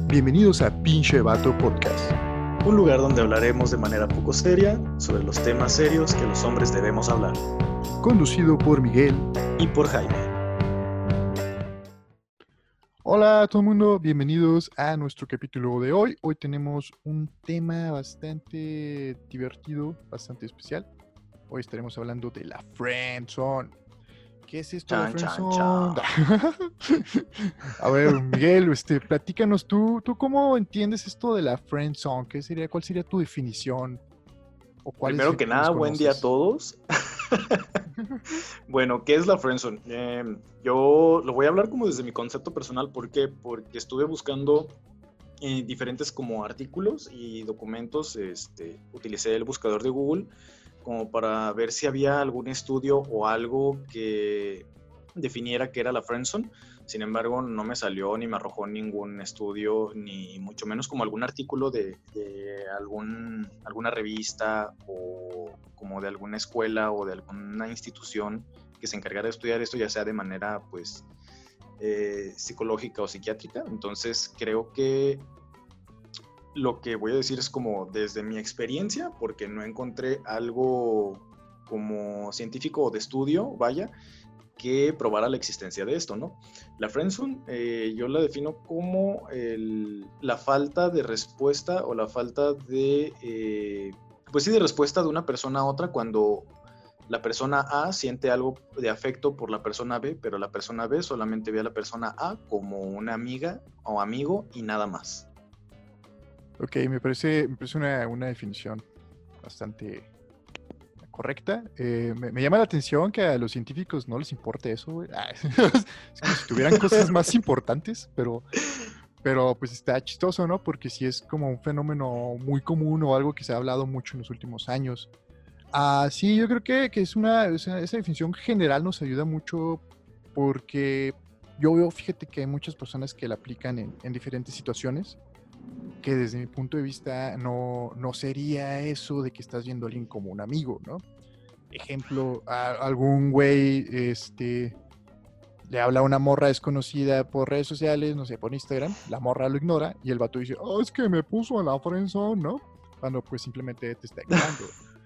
Bienvenidos a Pinche Vato Podcast. Un lugar donde hablaremos de manera poco seria sobre los temas serios que los hombres debemos hablar. Conducido por Miguel y por Jaime. Hola a todo el mundo, bienvenidos a nuestro capítulo de hoy. Hoy tenemos un tema bastante divertido, bastante especial. Hoy estaremos hablando de la friendzone. ¿Qué es esto de la friendzone? A ver, Miguel, platícanos tú cómo entiendes esto de la friendzone. ¿Cuál sería tu definición? ¿O primero que nada, buen día a todos. Bueno, ¿qué es la friendzone? Yo lo voy a hablar como desde mi concepto personal. ¿Por qué? Porque estuve buscando diferentes como artículos y documentos. Utilicé el buscador de Google como para ver si había algún estudio o algo que definiera qué era la friendzone. Sin embargo, no me salió ni me arrojó ningún estudio, ni mucho menos como algún artículo de alguna revista o como de alguna escuela o de alguna institución que se encargara de estudiar esto, ya sea de manera pues psicológica o psiquiátrica. Entonces creo que lo que voy a decir es como desde mi experiencia, porque no encontré algo como científico o de estudio, vaya, que probara la existencia de esto, ¿no? La friendzone yo la defino como la falta de respuesta o la falta de, pues sí, de respuesta de una persona a otra cuando la persona A siente algo de afecto por la persona B, pero la persona B solamente ve a la persona A como una amiga o amigo y nada más. Ok, me parece una definición bastante correcta. Me llama la atención que a los científicos no les importe eso, güey. Es como si tuvieran cosas más importantes, pero pues está chistoso, ¿no? Porque sí es como un fenómeno muy común o algo que se ha hablado mucho en los últimos años. Sí, yo creo que esa definición general nos ayuda mucho porque yo veo, fíjate que hay muchas personas que la aplican en diferentes situaciones, que desde mi punto de vista no sería eso de que estás viendo a alguien como un amigo, ¿no? Ejemplo, algún güey le habla a una morra desconocida por redes sociales, no sé, por Instagram, la morra lo ignora y el vato dice, es que me puso en la friendzone, ¿no? Cuando pues simplemente te está ignorando.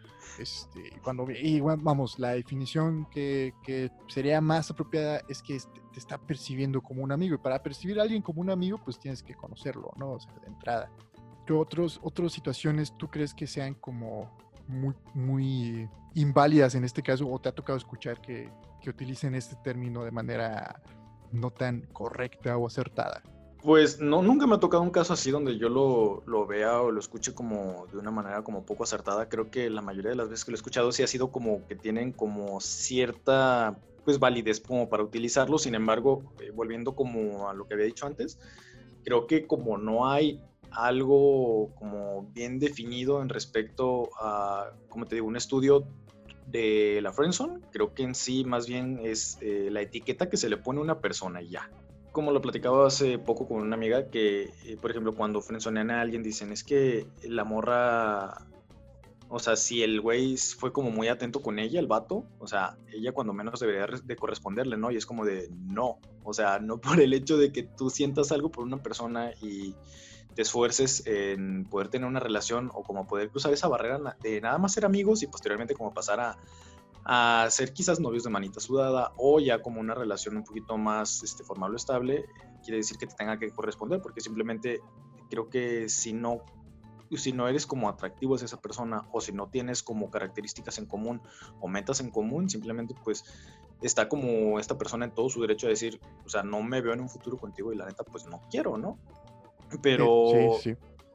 Vamos, la definición que sería más apropiada es que te está percibiendo como un amigo, y para percibir a alguien como un amigo pues tienes que conocerlo, ¿no? O sea, de entrada. ¿Qué otras situaciones tú crees que sean como muy, muy inválidas en este caso, o te ha tocado escuchar que utilicen este término de manera no tan correcta o acertada? Pues no, nunca me ha tocado un caso así donde yo lo vea o lo escuche como de una manera como poco acertada. Creo que la mayoría de las veces que lo he escuchado sí ha sido como que tienen como cierta pues validez como para utilizarlo. Sin embargo, volviendo como a lo que había dicho antes, creo que como no hay algo como bien definido en respecto a, como te digo, un estudio de la friendzone, creo que en sí más bien es la etiqueta que se le pone a una persona y ya. Como lo platicaba hace poco con una amiga que, por ejemplo, cuando friendzonean a alguien dicen, es que la morra, o sea, si el güey fue como muy atento con ella, el vato, o sea, ella cuando menos debería de corresponderle, ¿no? Y es como de, no, o sea, no por el hecho de que tú sientas algo por una persona y te esfuerces en poder tener una relación o como poder cruzar esa barrera de nada más ser amigos y posteriormente como pasar a ser quizás novios de manita sudada o ya como una relación un poquito más formal o estable, quiere decir que te tenga que corresponder, porque simplemente creo que si no eres como atractivo hacia esa persona o si no tienes como características en común o metas en común, simplemente pues está como esta persona en todo su derecho a decir, o sea, no me veo en un futuro contigo y la neta pues no quiero, ¿no? Pero sí.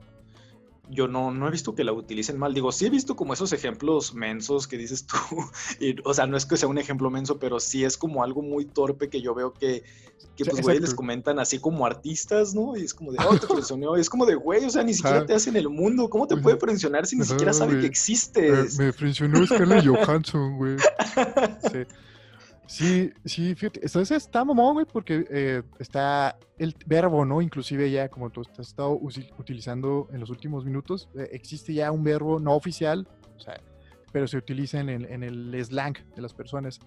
Yo no he visto que la utilicen mal. Digo, sí he visto como esos ejemplos mensos que dices tú. Y, o sea, no es que sea un ejemplo menso, pero sí es como algo muy torpe que yo veo que pues güey les comentan así como artistas, ¿no? Y es como de, te frenzoneó. Es como de, güey, o sea, ni siquiera te hacen el mundo. ¿Cómo te puede frencionar si ni siquiera sabe que existes? Me frencionó Scarlett Johansson, güey. Sí. Sí, fíjate, está mamón, güey, porque está el verbo, ¿no? Inclusive ya, como tú has estado utilizando en los últimos minutos, existe ya un verbo no oficial, o sea, pero se utiliza en el slang de las personas.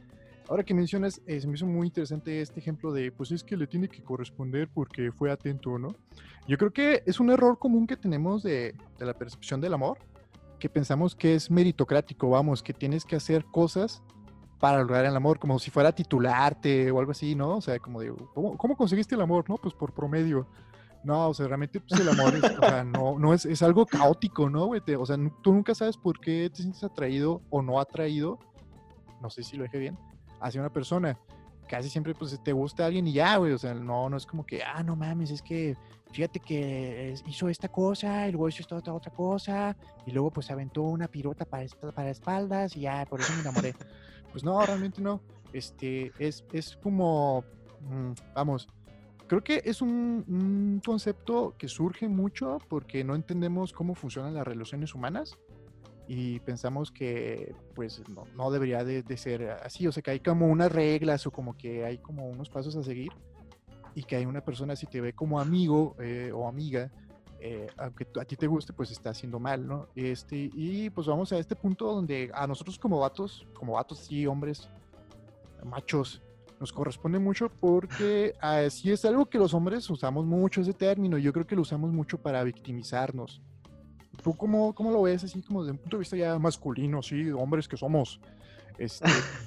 Ahora que mencionas, se me hizo muy interesante este ejemplo de, pues es que le tiene que corresponder porque fue atento, ¿no? Yo creo que es un error común que tenemos de la percepción del amor, que pensamos que es meritocrático, vamos, que tienes que hacer cosas para lograr el amor, como si fuera titularte o algo así, ¿no? O sea, como de, ¿cómo conseguiste el amor? No, pues por promedio. No, o sea, realmente pues, el amor es, o sea, no es algo caótico, ¿no, güey? O sea, tú nunca sabes por qué te sientes atraído o no atraído, no sé si lo dije bien, hacia una persona. Casi siempre pues te gusta alguien y ya, güey, o sea, no es como que, no mames, es que fíjate que hizo esta cosa y luego hizo esta otra cosa y luego pues aventó una pirota para espaldas y ya, por eso me enamoré. Pues no, realmente no. Es como, vamos, creo que es un concepto que surge mucho porque no entendemos cómo funcionan las relaciones humanas y pensamos que pues no debería de ser así, o sea que hay como unas reglas o como que hay como unos pasos a seguir y que hay una persona si te ve como amigo o amiga, aunque a ti te guste, pues está haciendo mal, ¿no? Y pues vamos a este punto donde a nosotros como vatos sí, hombres, machos, nos corresponde mucho porque sí es algo que los hombres usamos mucho ese término, yo creo que lo usamos mucho para victimizarnos. ¿Tú cómo lo ves así como desde un punto de vista ya masculino, sí, hombres que somos? Este...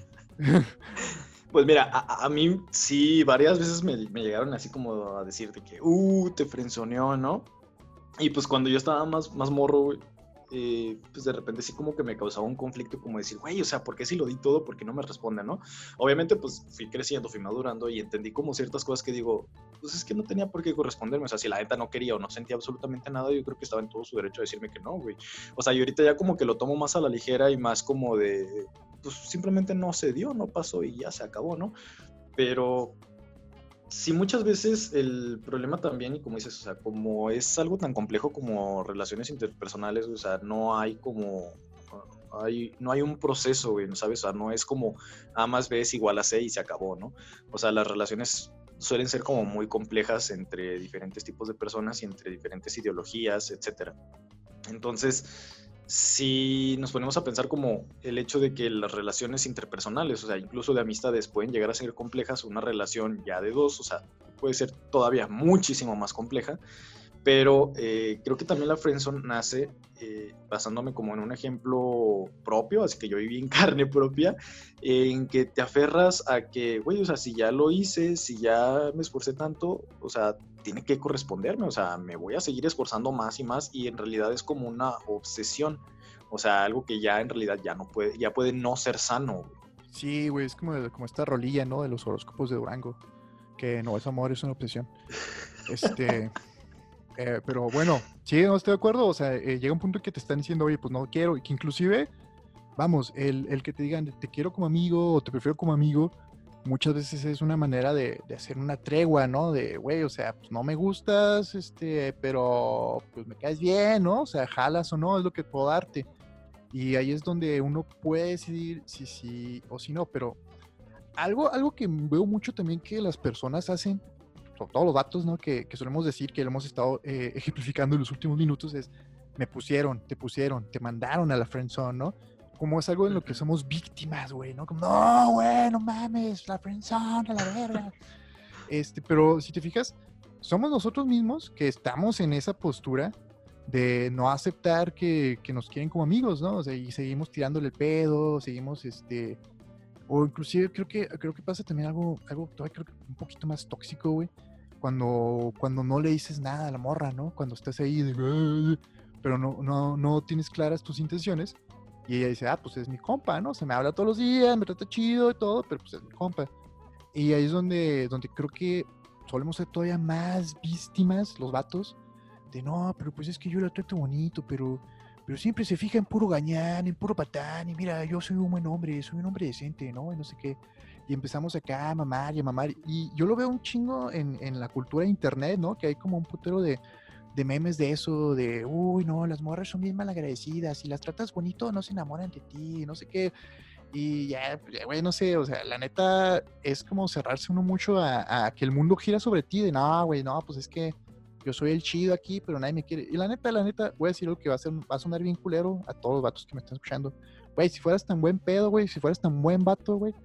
Pues mira, a mí sí, varias veces me llegaron así como a decir de que, te frenzoneó, ¿no? Y pues cuando yo estaba más morro, güey, pues de repente sí como que me causaba un conflicto como decir, güey, o sea, ¿por qué si lo di todo? ¿Por qué no me responde, no? Obviamente pues fui creciendo, fui madurando y entendí como ciertas cosas que digo, pues es que no tenía por qué corresponderme, o sea, si la neta no quería o no sentía absolutamente nada, yo creo que estaba en todo su derecho de decirme que no, güey. O sea, yo ahorita ya como que lo tomo más a la ligera y más como de, pues simplemente no se dio, no pasó y ya se acabó, ¿no? Pero sí, muchas veces el problema también, y como dices, o sea, como es algo tan complejo como relaciones interpersonales, o sea, no hay como, no hay un proceso, güey, ¿sabes? O sea, no es como A más B es igual a C y se acabó, ¿no? O sea, las relaciones suelen ser como muy complejas entre diferentes tipos de personas y entre diferentes ideologías, etcétera. Entonces, si nos ponemos a pensar como el hecho de que las relaciones interpersonales, o sea, incluso de amistades, pueden llegar a ser complejas, una relación ya de dos, o sea, puede ser todavía muchísimo más compleja, pero creo que también la friendzone nace basándome como en un ejemplo propio, así que yo viví en carne propia, en que te aferras a que, güey, o sea, si ya lo hice, si ya me esforcé tanto, o sea, tiene que corresponderme, o sea, me voy a seguir esforzando más y más y en realidad es como una obsesión, o sea, algo que ya en realidad ya puede no ser sano, güey. Sí, güey, es como esta rolilla, ¿no? De los horóscopos de Durango, que no es amor, es una obsesión. Pero bueno, sí, no estoy de acuerdo, o sea, llega un punto en que te están diciendo, oye, pues no quiero, y que inclusive, vamos, el que te digan, te quiero como amigo o te prefiero como amigo, muchas veces es una manera de hacer una tregua, ¿no? De, güey, o sea, pues no me gustas, pero pues me caes bien, ¿no? O sea, jalas o no, es lo que puedo darte. Y ahí es donde uno puede decidir si sí o si no, pero algo que veo mucho también que las personas hacen, sobre todo los vatos, ¿no? Que solemos decir, que lo hemos estado ejemplificando en los últimos minutos, es me pusieron, te mandaron a la friendzone, ¿no? Como es algo en lo que somos víctimas, güey, ¿no? Como, no, güey, no mames, la friendzone, a la verga. Pero si te fijas, somos nosotros mismos que estamos en esa postura de no aceptar que nos quieren como amigos, ¿no? O sea, y seguimos tirándole el pedo, seguimos, o inclusive creo que pasa también algo todavía creo que un poquito más tóxico, güey, cuando no le dices nada a la morra, ¿no? Cuando estás ahí, pero no tienes claras tus intenciones, y ella dice, pues es mi compa, ¿no? Se me habla todos los días, me trata chido y todo, pero pues es mi compa. Y ahí es donde creo que solemos ser todavía más víctimas, los vatos, de no, pero pues es que yo la trato bonito, pero siempre se fija en puro gañán, en puro patán, y mira, yo soy un buen hombre, soy un hombre decente, ¿no? Y no sé qué. Y empezamos acá a mamar y a mamar. Y yo lo veo un chingo en la cultura de internet, ¿no? Que hay como un putero de memes de eso, de, uy, no, las morras son bien malagradecidas, si las tratas bonito no se enamoran de ti, no sé qué. Y ya, güey, no sé, o sea, la neta es como cerrarse uno mucho a que el mundo gira sobre ti, de no, güey, no, pues es que yo soy el chido aquí, pero nadie me quiere. Y la neta, voy a decir algo que va a sonar bien culero a todos los vatos que me están escuchando. Güey, si fueras tan buen pedo, güey, si fueras tan buen vato, güey,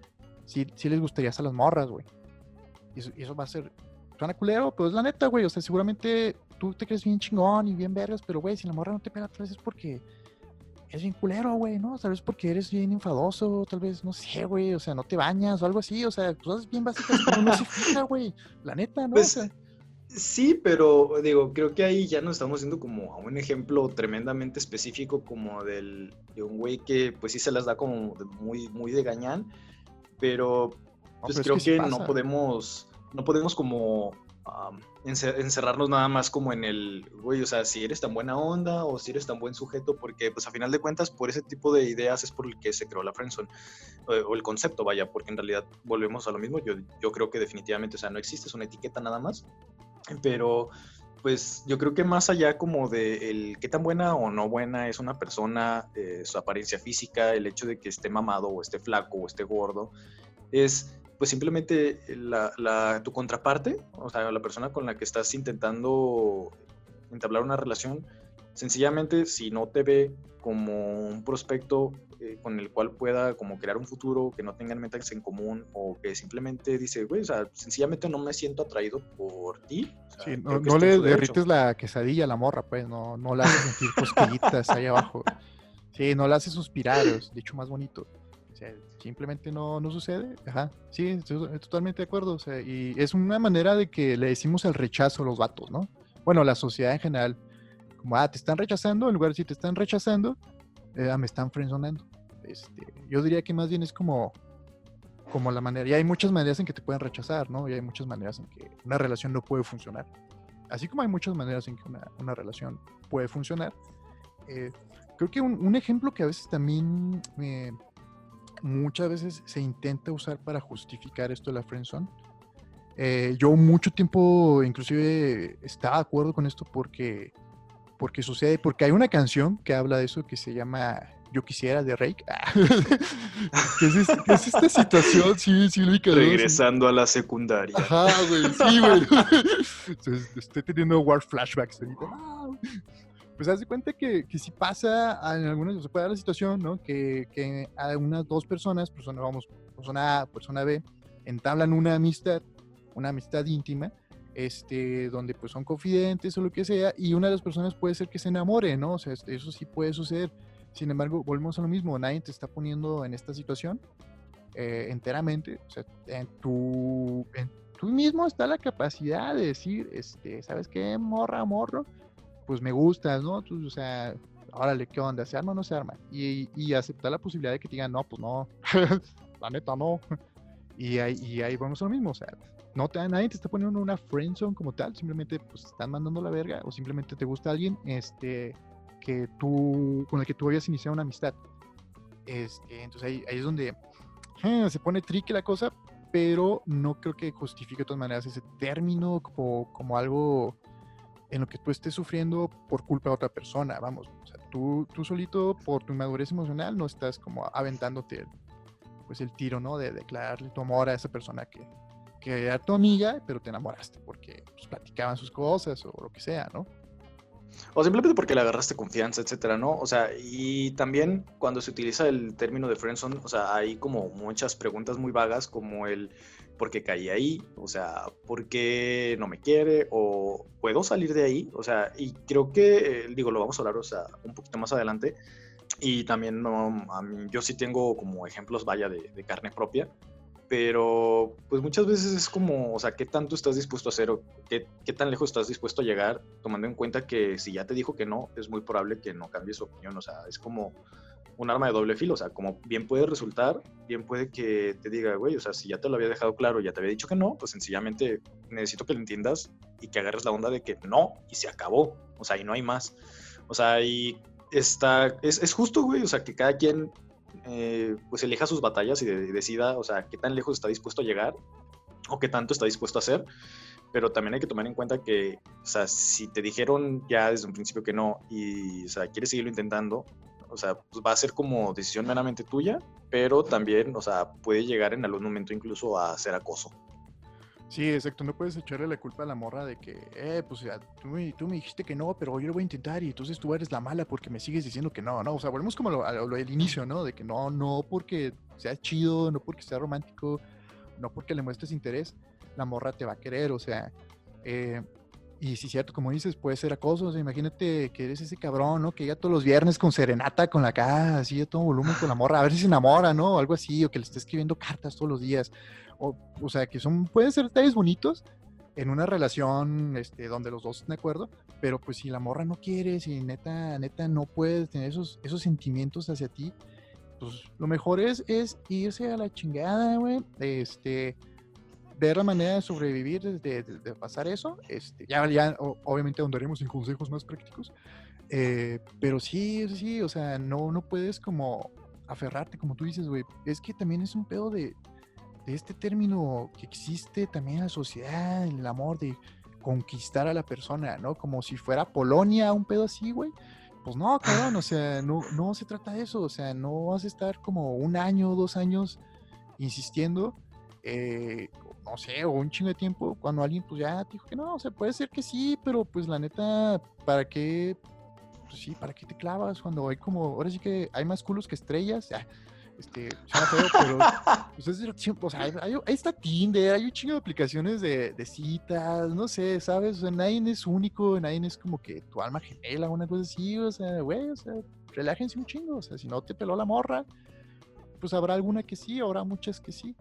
sí les gustaría a las morras, güey. Y eso va a ser, suena culero, pero es la neta, güey. O sea, seguramente tú te crees bien chingón y bien vergas, pero, güey, si la morra no te pega, tal vez es porque es bien culero, güey, ¿no? Tal vez porque eres bien enfadoso, tal vez, no sé, güey, o sea, no te bañas o algo así, o sea, cosas bien básicas que uno no se fija, güey. La neta, ¿no? O sea, Pues sí, pero digo, creo que ahí ya nos estamos yendo como a un ejemplo tremendamente específico como de un güey que pues sí se las da como muy, muy de gañán, pero no, pues pero es que creo sí que pasa. no podemos como encerrarnos nada más como en güey, o sea, si eres tan buena onda o si eres tan buen sujeto, porque pues a final de cuentas por ese tipo de ideas es por el que se creó la friendzone, o el concepto, vaya, porque en realidad volvemos a lo mismo, yo creo que definitivamente, o sea, no existe, es una etiqueta nada más, pero pues yo creo que más allá como de el qué tan buena o no buena es una persona, su apariencia física, el hecho de que esté mamado o esté flaco o esté gordo, es pues simplemente tu contraparte, o sea, la persona con la que estás intentando entablar una relación, sencillamente si no te ve como un prospecto con el cual pueda como crear un futuro, que no tengan metas en común o que simplemente dice, güey, o sea, sencillamente no me siento atraído por ti, o Sí, sea, no, creo que no está en le su derecho. derrites la quesadilla a la morra, pues, no la haces sentir cosquillitas ahí abajo. Sí, no la haces suspirar, de hecho más bonito. O sea, simplemente no sucede. Ajá, sí, estoy totalmente de acuerdo. O sea, y es una manera de que le decimos el rechazo a los vatos, ¿no? Bueno, la sociedad en general, como, te están rechazando, en lugar de si te están rechazando, me están frenzonando. Yo diría que más bien es como la manera, y hay muchas maneras en que te pueden rechazar, ¿no? Y hay muchas maneras en que una relación no puede funcionar. Así como hay muchas maneras en que una relación puede funcionar. Eh, Creo que un ejemplo que a veces también muchas veces se intenta usar para justificar esto de la friendzone. Yo mucho tiempo inclusive estaba de acuerdo con esto porque sucede, porque hay una canción que habla de eso que se llama Yo Quisiera de Rake. ¿Qué es esta situación? Sí, sí, ubicas, ¿no? Sí. Regresando a la secundaria. Ajá, güey, sí, güey. Entonces, estoy teniendo war flashbacks ahorita. No. Pues haz de cuenta que si pasa en algunas, se puede dar la situación, ¿no? Que a unas dos personas, persona A, persona B, entablan una amistad íntima, donde pues son confidentes o lo que sea, y una de las personas puede ser que se enamore, ¿no? O sea, eso sí puede suceder. Sin embargo, volvemos a lo mismo, nadie te está poniendo en esta situación enteramente, o sea, en tú mismo está la capacidad de decir, ¿sabes qué, morra, morro? Pues me gustas, ¿no? Tú, o sea, órale, ¿qué onda? ¿Se arma o no se arma? Y aceptar la posibilidad de que te digan, no, pues no, la neta no. Y ahí vamos a lo mismo, o sea, nadie te está poniendo una friendzone como tal, simplemente pues te están mandando la verga o simplemente te gusta alguien con el que tú habías iniciado una amistad. Entonces ahí es donde se pone tricky la cosa, pero no creo que justifique de todas maneras ese término como algo en lo que tú estés sufriendo por culpa de otra persona, vamos, o sea, tú solito por tu inmadurez emocional no estás como aventándote pues el tiro, ¿no? De declararle tu amor a esa persona que era tu amiga, pero te enamoraste porque pues, platicaban sus cosas o lo que sea, ¿no? O simplemente porque le agarraste confianza, etcétera, ¿no? O sea, y también cuando se utiliza el término de friendzone, o sea, hay como muchas preguntas muy vagas como el ¿por qué caí ahí? O sea, ¿por qué no me quiere? ¿O puedo salir de ahí? O sea, y creo que, digo, lo vamos a hablar, o sea, un poquito más adelante. Y también, no, a mí, yo sí tengo como ejemplos, vaya, de carne propia. Pero pues muchas veces es como, o sea, ¿qué tanto estás dispuesto a hacer o qué tan lejos estás dispuesto a llegar, tomando en cuenta que si ya te dijo que no, es muy probable que no cambie su opinión? O sea, es como un arma de doble filo, o sea, como bien puede resultar, bien puede que te diga, güey, o sea, si ya te lo había dejado claro, ya te había dicho que no, pues sencillamente necesito que lo entiendas y que agarres la onda de que no, y se acabó, o sea, y no hay más. O sea, y es justo, güey, o sea, que cada quien pues elija sus batallas y decida, o sea, qué tan lejos está dispuesto a llegar o qué tanto está dispuesto a hacer, pero también hay que tomar en cuenta que, o sea, si te dijeron ya desde un principio que no y, o sea, quieres seguirlo intentando, o sea, pues va a ser como decisión meramente tuya, pero también, o sea, puede llegar en algún momento incluso a ser acoso. Sí, exacto, no puedes echarle la culpa a la morra de que, pues ya, tú me dijiste que no, pero yo lo voy a intentar y entonces tú eres la mala porque me sigues diciendo que no, ¿no? O sea, volvemos como a lo del inicio, ¿no? De que no, no porque sea chido, no porque sea romántico, no porque le muestres interés, la morra te va a querer, o sea, eh, y sí, cierto, como dices, puede ser acoso, o sea, imagínate que eres ese cabrón, ¿no? Que llega todos los viernes con serenata, con la cara así de todo volumen con la morra, a ver si se enamora, ¿no? O algo así, o que le esté escribiendo cartas todos los días, o sea, que pueden ser detalles bonitos en una relación, donde los dos están de acuerdo, pero pues si la morra no quiere, si neta, neta no puedes tener esos sentimientos hacia ti, pues lo mejor es irse a la chingada, güey, ver la manera de sobrevivir, de pasar eso, ya obviamente ahondaremos en consejos más prácticos, pero sí, sí, o sea, no puedes como aferrarte, como tú dices, güey, es que también es un pedo de este término que existe también en la sociedad, el amor de conquistar a la persona, ¿no? Como si fuera Polonia, un pedo así, güey. Pues no, cabrón, o sea, no se trata de eso, o sea, no vas a estar como 1 año, 2 años insistiendo, no sé, o un chingo de tiempo, cuando alguien pues ya te dijo que no, o sea, puede ser que sí, pero pues la neta, ¿para qué? Pues sí, ¿para qué te clavas cuando hay como, ahora sí que hay más culos que estrellas? Suena feo, pero pues o sea, ahí está Tinder, hay un chingo de aplicaciones de citas, no sé, ¿sabes? O sea, nadie es único, nadie es como que tu alma gemela, una cosa así, o sea, güey, o sea, relájense un chingo, o sea, si no te peló la morra, pues habrá alguna que sí, habrá muchas que sí.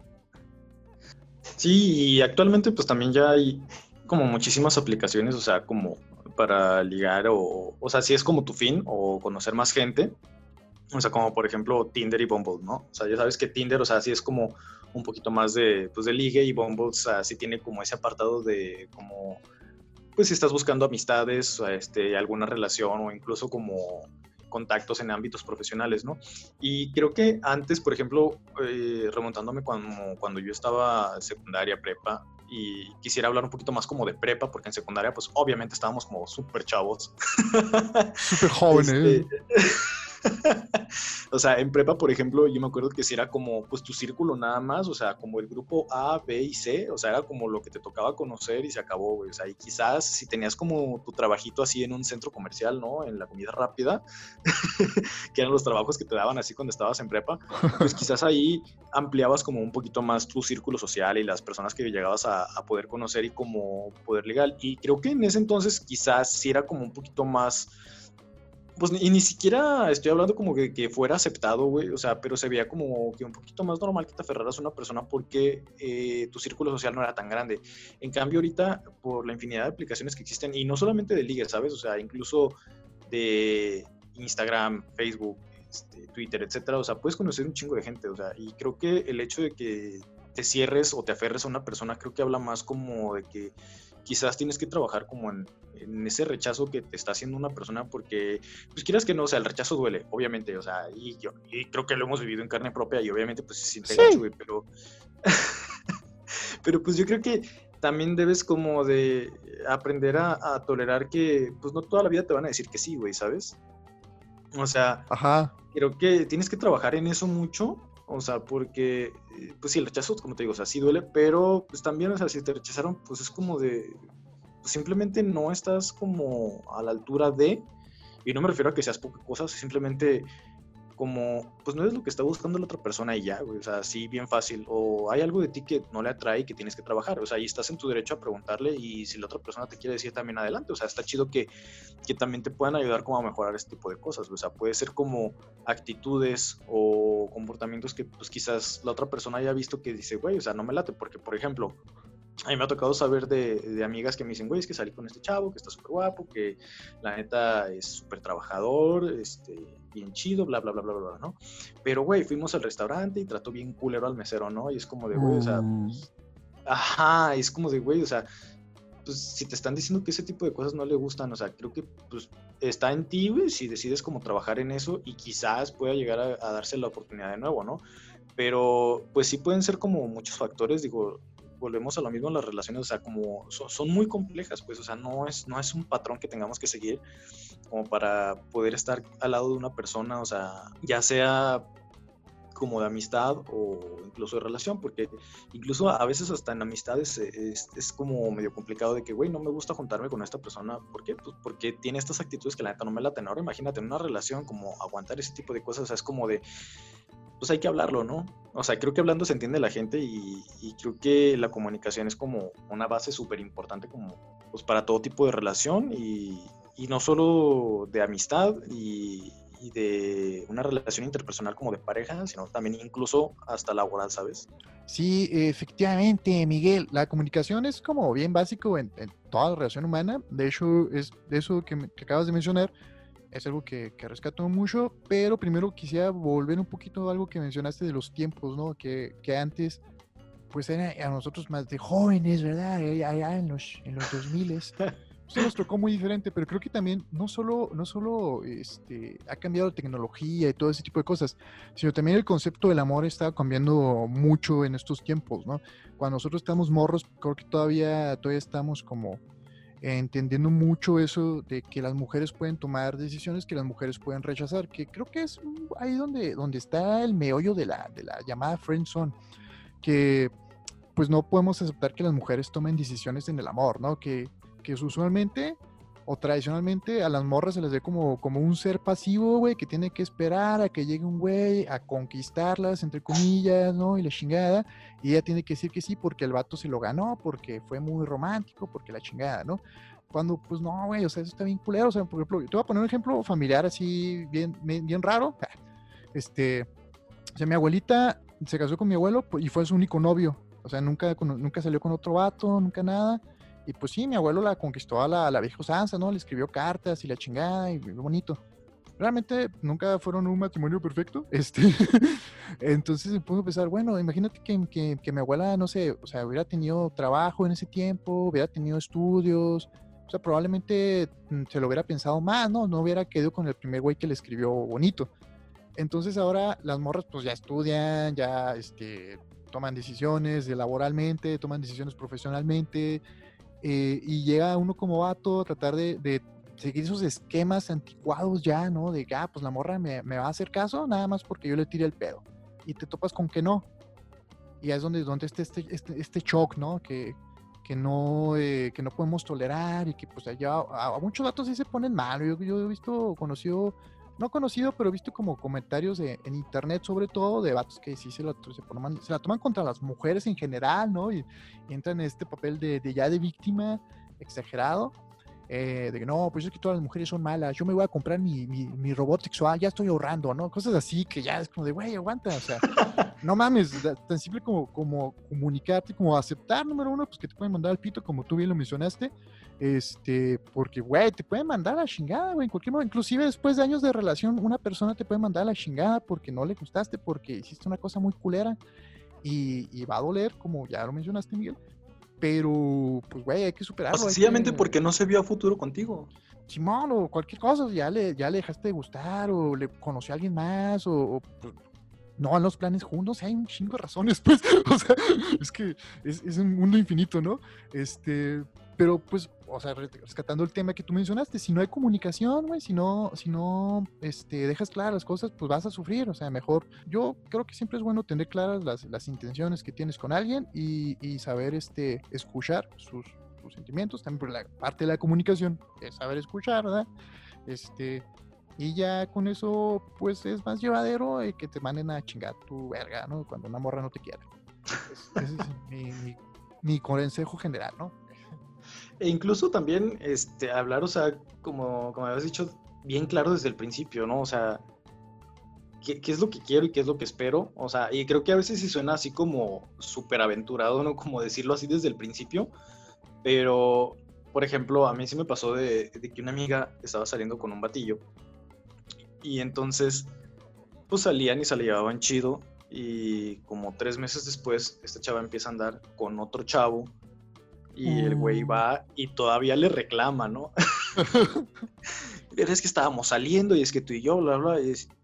Sí, y actualmente pues también ya hay como muchísimas aplicaciones, o sea, como para ligar o sea, si es como tu fin o conocer más gente, o sea, como por ejemplo Tinder y Bumble, ¿no? O sea, ya sabes que Tinder, o sea, sí es como un poquito más de, pues, de ligue y Bumble, o sea, sí tiene como ese apartado de como, pues si estás buscando amistades, alguna relación o incluso como contactos en ámbitos profesionales, ¿no? Y creo que antes, por ejemplo, remontándome cuando yo estaba secundaria, prepa, y quisiera hablar un poquito más como de prepa, porque en secundaria, pues obviamente estábamos como súper chavos. Súper jóvenes. este, O sea, en prepa, por ejemplo, yo me acuerdo que si era como, pues tu círculo nada más, o sea, como el grupo A, B y C, o sea, era como lo que te tocaba conocer y se acabó, güey. O sea, y quizás si tenías como tu trabajito así en un centro comercial, ¿no? En la comida rápida, que eran los trabajos que te daban así cuando estabas en prepa, pues quizás ahí ampliabas como un poquito más tu círculo social y las personas que llegabas a poder conocer y como poder legal. Y creo que en ese entonces quizás sí era como un poquito más, pues y ni siquiera estoy hablando como que fuera aceptado, güey, o sea, pero se veía como que un poquito más normal que te aferraras a una persona porque tu círculo social no era tan grande. En cambio, ahorita, por la infinidad de aplicaciones que existen, y no solamente de ligas, ¿sabes? O sea, incluso de Instagram, Facebook, Twitter, etcétera, o sea, puedes conocer un chingo de gente, o sea, y creo que el hecho de que te cierres o te aferres a una persona, creo que habla más como de que quizás tienes que trabajar como en ese rechazo que te está haciendo una persona porque, pues quieras que no, o sea, el rechazo duele, obviamente, o sea, y creo que lo hemos vivido en carne propia y obviamente pues se siente gacho, Sí. güey, pero pues yo creo que también debes como de aprender a tolerar que pues no toda la vida te van a decir que sí, güey, ¿sabes? O sea, Ajá. creo que tienes que trabajar en eso mucho, o sea, porque, pues sí, el rechazo, como te digo, o sea, sí duele, pero pues también, o sea, si te rechazaron, pues es como de, pues simplemente no estás como a la altura de, y no me refiero a que seas poca cosa, simplemente como, pues no es lo que está buscando la otra persona y ya, güey, o sea, sí, bien fácil, o hay algo de ti que no le atrae y que tienes que trabajar, o sea, y estás en tu derecho a preguntarle y si la otra persona te quiere decir también adelante, o sea, está chido que también te puedan ayudar como a mejorar este tipo de cosas, o sea, puede ser como actitudes o comportamientos que pues quizás la otra persona haya visto que dice, güey, o sea, no me late, porque por ejemplo, a mí me ha tocado saber de amigas que me dicen, güey, es que salí con este chavo, que está súper guapo, que la neta es súper trabajador, bien chido, bla, bla, bla, bla, bla, ¿no? Pero, güey, fuimos al restaurante y trató bien culero al mesero, ¿no? Y es como de, güey, o sea, pues, ajá, es como de, güey, o sea, pues si te están diciendo que ese tipo de cosas no le gustan, o sea, creo que pues está en ti, güey, si decides como trabajar en eso y quizás pueda llegar a darse la oportunidad de nuevo, ¿no? Pero pues sí pueden ser como muchos factores, digo, volvemos a lo mismo en las relaciones, o sea, como son muy complejas, pues, o sea, no es un patrón que tengamos que seguir como para poder estar al lado de una persona, o sea, ya sea como de amistad o incluso de relación, porque incluso a veces hasta en amistades es como medio complicado de que, güey, no me gusta juntarme con esta persona. ¿Por qué? Pues porque tiene estas actitudes que la neta no me laten. Ahora imagínate en una relación como aguantar ese tipo de cosas, o sea, es como de, pues hay que hablarlo, ¿no? O sea, creo que hablando se entiende la gente y creo que la comunicación es como una base súper importante como, pues para todo tipo de relación y no solo de amistad y de una relación interpersonal como de pareja, sino también incluso hasta laboral, ¿sabes? Sí, efectivamente, Miguel, la comunicación es como bien básico en toda la relación humana. De hecho, es de eso que acabas de mencionar, es algo que rescato mucho, pero primero quisiera volver un poquito a algo que mencionaste de los tiempos, ¿no? Que antes, pues era a nosotros más de jóvenes, ¿verdad? Allá en los 2000 se nos tocó muy diferente, pero creo que también no solo ha cambiado la tecnología y todo ese tipo de cosas, sino también el concepto del amor está cambiando mucho en estos tiempos, ¿no? Cuando nosotros estamos morros, creo que todavía estamos como entendiendo mucho eso de que las mujeres pueden tomar decisiones que las mujeres pueden rechazar, que creo que es ahí donde está el meollo de la llamada friendzone, que pues no podemos aceptar que las mujeres tomen decisiones en el amor, ¿no? Que usualmente o tradicionalmente a las morras se les ve como un ser pasivo, güey, que tiene que esperar a que llegue un güey a conquistarlas, entre comillas, ¿no? Y la chingada, y ella tiene que decir que sí porque el vato se lo ganó, porque fue muy romántico, porque la chingada, ¿no? Cuando, pues no, güey, o sea, eso está bien culero, o sea, por ejemplo, yo te voy a poner un ejemplo familiar así, bien raro, o sea, mi abuelita se casó con mi abuelo y fue su único novio. O sea, nunca salió con otro vato, nunca nada. Y pues sí, mi abuelo la conquistó a la vieja usanza, ¿no? Le escribió cartas y la chingada y muy bonito. Realmente nunca fueron un matrimonio perfecto. Entonces me pongo a pensar, bueno, imagínate que mi abuela, no sé, o sea, hubiera tenido trabajo en ese tiempo, hubiera tenido estudios, o sea, probablemente se lo hubiera pensado más, ¿no? No hubiera quedado con el primer güey que le escribió bonito. Entonces ahora las morras pues ya estudian, ya toman decisiones laboralmente, toman decisiones profesionalmente, y llega uno como vato a tratar de seguir esos esquemas anticuados ya, ¿no? De que, pues la morra me va a hacer caso nada más porque yo le tire el pedo. Y te topas con que no. Y es donde está este shock, ¿no? Que no podemos tolerar y que pues allá a muchos datos sí se ponen mal. Yo he visto, no conocido, pero he visto como comentarios en internet sobre todo de vatos que sí se la toman contra las mujeres en general, ¿no? Y entran en este papel de víctima exagerado. De que no, pues es que todas las mujeres son malas, yo me voy a comprar mi robot sexual, ya estoy ahorrando, ¿no? Cosas así que ya es como de, güey, aguanta, o sea, no mames, tan simple como comunicarte, como aceptar, número uno, pues que te pueden mandar al pito, como tú bien lo mencionaste, porque, güey, te pueden mandar a la chingada, güey, en cualquier momento, inclusive después de años de relación, una persona te puede mandar a la chingada porque no le gustaste, porque hiciste una cosa muy culera, y va a doler, como ya lo mencionaste, Miguel, pero, pues, güey, hay que O superarlo, sencillamente porque no se vio a futuro contigo. Simón, o cualquier cosa, ya le dejaste de gustar, o le conoció a alguien más, o, pues, no van los planes juntos, hay un chingo de razones, pues, o sea, es que es un mundo infinito, ¿no? Pero pues, o sea, rescatando el tema que tú mencionaste, si no hay comunicación, güey, si no dejas claras las cosas, pues vas a sufrir, o sea, mejor, yo creo que siempre es bueno tener claras las intenciones que tienes con alguien y saber escuchar sus sentimientos, también por la parte de la comunicación, es saber escuchar, ¿verdad? Y ya con eso, pues es más llevadero que te manden a chingar tu verga, ¿no? Cuando una morra no te quiere. Ese es mi consejo general, ¿no? E incluso también hablar, o sea, como habías dicho, bien claro desde el principio, ¿no? O sea, ¿qué es lo que quiero y qué es lo que espero? O sea, y creo que a veces sí suena así como súper aventurado, ¿no? Como decirlo así desde el principio, pero, por ejemplo, a mí sí me pasó de que una amiga estaba saliendo con un batillo y entonces, pues salían y se la llevaban chido y como 3 meses después, esta chava empieza a andar con otro chavo y el güey va y todavía le reclama, ¿no? Pero es que estábamos saliendo y es que tú y yo, bla, bla,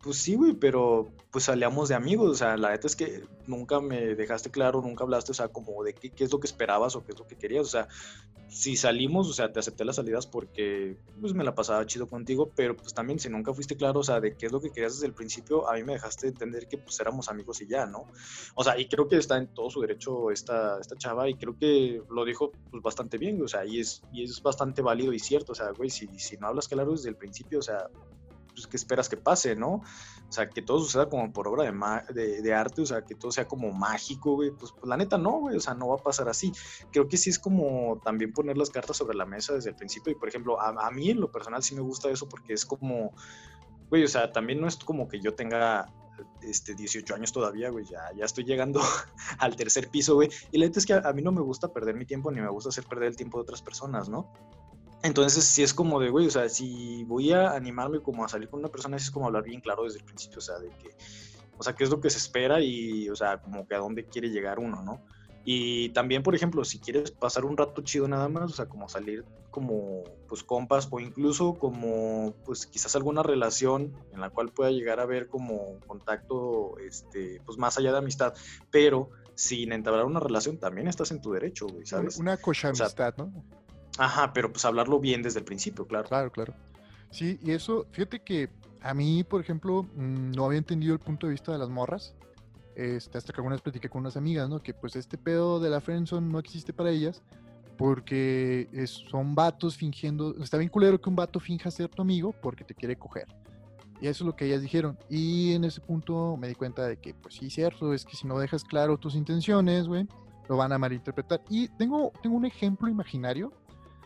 pues sí, güey, pero pues salíamos de amigos, o sea, la neta es que nunca me dejaste claro, nunca hablaste, o sea, como de qué es lo que esperabas o qué es lo que querías, o sea, si salimos, o sea, te acepté las salidas porque pues me la pasaba chido contigo, pero pues también si nunca fuiste claro, o sea, de qué es lo que querías desde el principio, a mí me dejaste entender que pues éramos amigos y ya, ¿no? O sea, y creo que está en todo su derecho esta chava y creo que lo dijo pues bastante bien, o sea, y es bastante válido y cierto, o sea, güey, si no hablas claro desde el principio, o sea, pues, ¿qué esperas que pase, no? O sea, que todo suceda como por obra de arte, o sea, que todo sea como mágico, güey, pues la neta no, güey, o sea, no va a pasar así. Creo que sí es como también poner las cartas sobre la mesa desde el principio y, por ejemplo, a mí en lo personal sí me gusta eso porque es como, güey, o sea, también no es como que yo tenga 18 años todavía, güey, ya estoy llegando al tercer piso, güey, y la neta es que a mí no me gusta perder mi tiempo ni me gusta hacer perder el tiempo de otras personas, ¿no? Entonces, sí es como de, güey, o sea, si voy a animarme como a salir con una persona, sí es como hablar bien claro desde el principio, o sea, de que, o sea, qué es lo que se espera y, o sea, como que a dónde quiere llegar uno, ¿no? Y también, por ejemplo, si quieres pasar un rato chido nada más, o sea, como salir como, pues, compas o incluso como, pues, quizás alguna relación en la cual pueda llegar a haber como contacto, pues, más allá de amistad, pero sin entablar una relación, también estás en tu derecho, güey, ¿sabes? Una O sea, amistad, ¿no? ajá, pero pues hablarlo bien desde el principio, claro. Claro, claro. Sí, y eso, fíjate que a mí, por ejemplo, no había entendido el punto de vista de las morras. Hasta que alguna vez platiqué con unas amigas, ¿no? Que pues este pedo de la friendzone no existe para ellas porque son vatos fingiendo. Está bien culero que un vato finja ser tu amigo porque te quiere coger. Y eso es lo que ellas dijeron. Y en ese punto me di cuenta de que, pues sí, cierto, es que si no dejas claro tus intenciones, güey, lo van a malinterpretar. Y tengo un ejemplo imaginario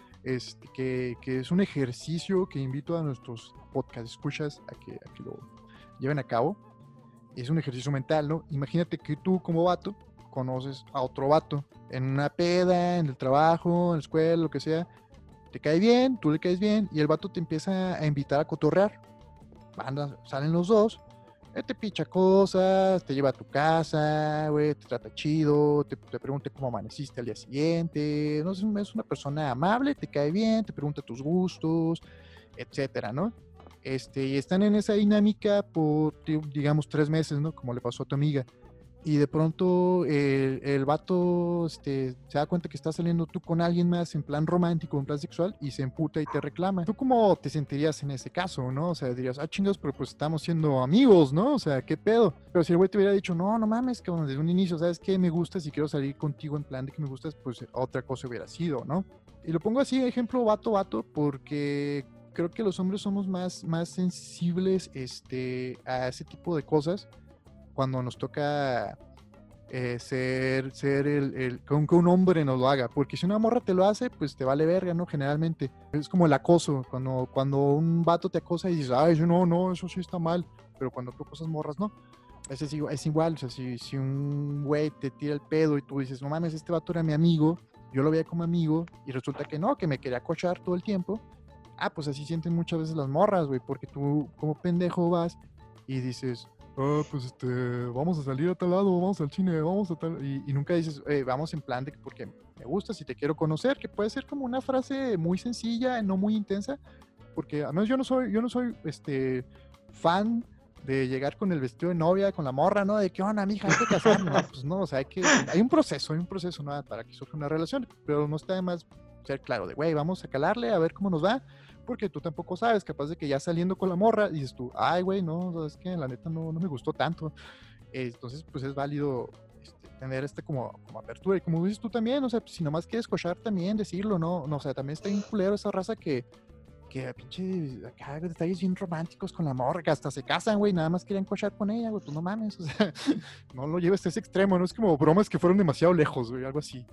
que es un ejercicio que invito a nuestros podcast escuchas a que lo lleven a cabo. Es un ejercicio mental, ¿no? Imagínate que tú como vato conoces a otro vato en una peda, en el trabajo, en la escuela, lo que sea. Te cae bien, tú le caes bien y el vato te empieza a invitar a cotorrear. Salen los dos, te picha cosas, te lleva a tu casa, güey, te trata chido, te pregunta cómo amaneciste al día siguiente, no sé, es una persona amable, te cae bien, te pregunta tus gustos, etcétera, ¿no? Y están en esa dinámica por, digamos, 3 meses, ¿no? Como le pasó a tu amiga. Y de pronto el vato se da cuenta que estás saliendo tú con alguien más en plan romántico, en plan sexual, y se emputa y te reclama. ¿Tú cómo te sentirías en ese caso, no? O sea, dirías, ah, chingados, pero pues estamos siendo amigos, ¿no? O sea, ¿qué pedo? Pero si el güey te hubiera dicho, no, no mames, que desde un inicio, ¿sabes qué? Me gustas y quiero salir contigo en plan de que me gustas, pues otra cosa hubiera sido, ¿no? Y lo pongo así, ejemplo, vato, porque creo que los hombres somos más sensibles a ese tipo de cosas cuando nos toca ser con que un hombre nos lo haga, porque si una morra te lo hace, pues te vale verga, ¿no? Generalmente es como el acoso, cuando un vato te acosa y dices, ay, no, eso sí está mal, pero cuando tú acosas morras, no. Es igual, o sea, si un güey te tira el pedo y tú dices, no mames, este vato era mi amigo, yo lo veía como amigo y resulta que no, que me quería cochar todo el tiempo, pues así sienten muchas veces las morras, güey, porque tú como pendejo vas y dices, pues vamos a salir a tal lado, vamos al cine, vamos a tal, y nunca dices, vamos en plan de que porque me gustas y te quiero conocer, que puede ser como una frase muy sencilla, no muy intensa, porque al menos yo no soy fan de llegar con el vestido de novia, con la morra, ¿no? De que, onda, mija, hay que casarnos, ¿no? Pues no, o sea, hay un proceso, ¿no? Para que surja una relación, pero no está de más ser claro de, güey, vamos a calarle, a ver cómo nos va, porque tú tampoco sabes, capaz de que ya saliendo con la morra, dices tú, ay, güey, no, es que la neta no me gustó tanto. Entonces, pues es válido tener como apertura. Y como dices tú también, o sea, pues, si nomás quieres cochar también, decirlo, ¿no? O sea, también está bien culero esa raza que pinche acá detalles bien románticos con la morra, que hasta se casan, güey, nada más querían cochar con ella, güey, pues no mames, o sea, no lo lleves a ese extremo, no es como bromas que fueron demasiado lejos, güey, algo así.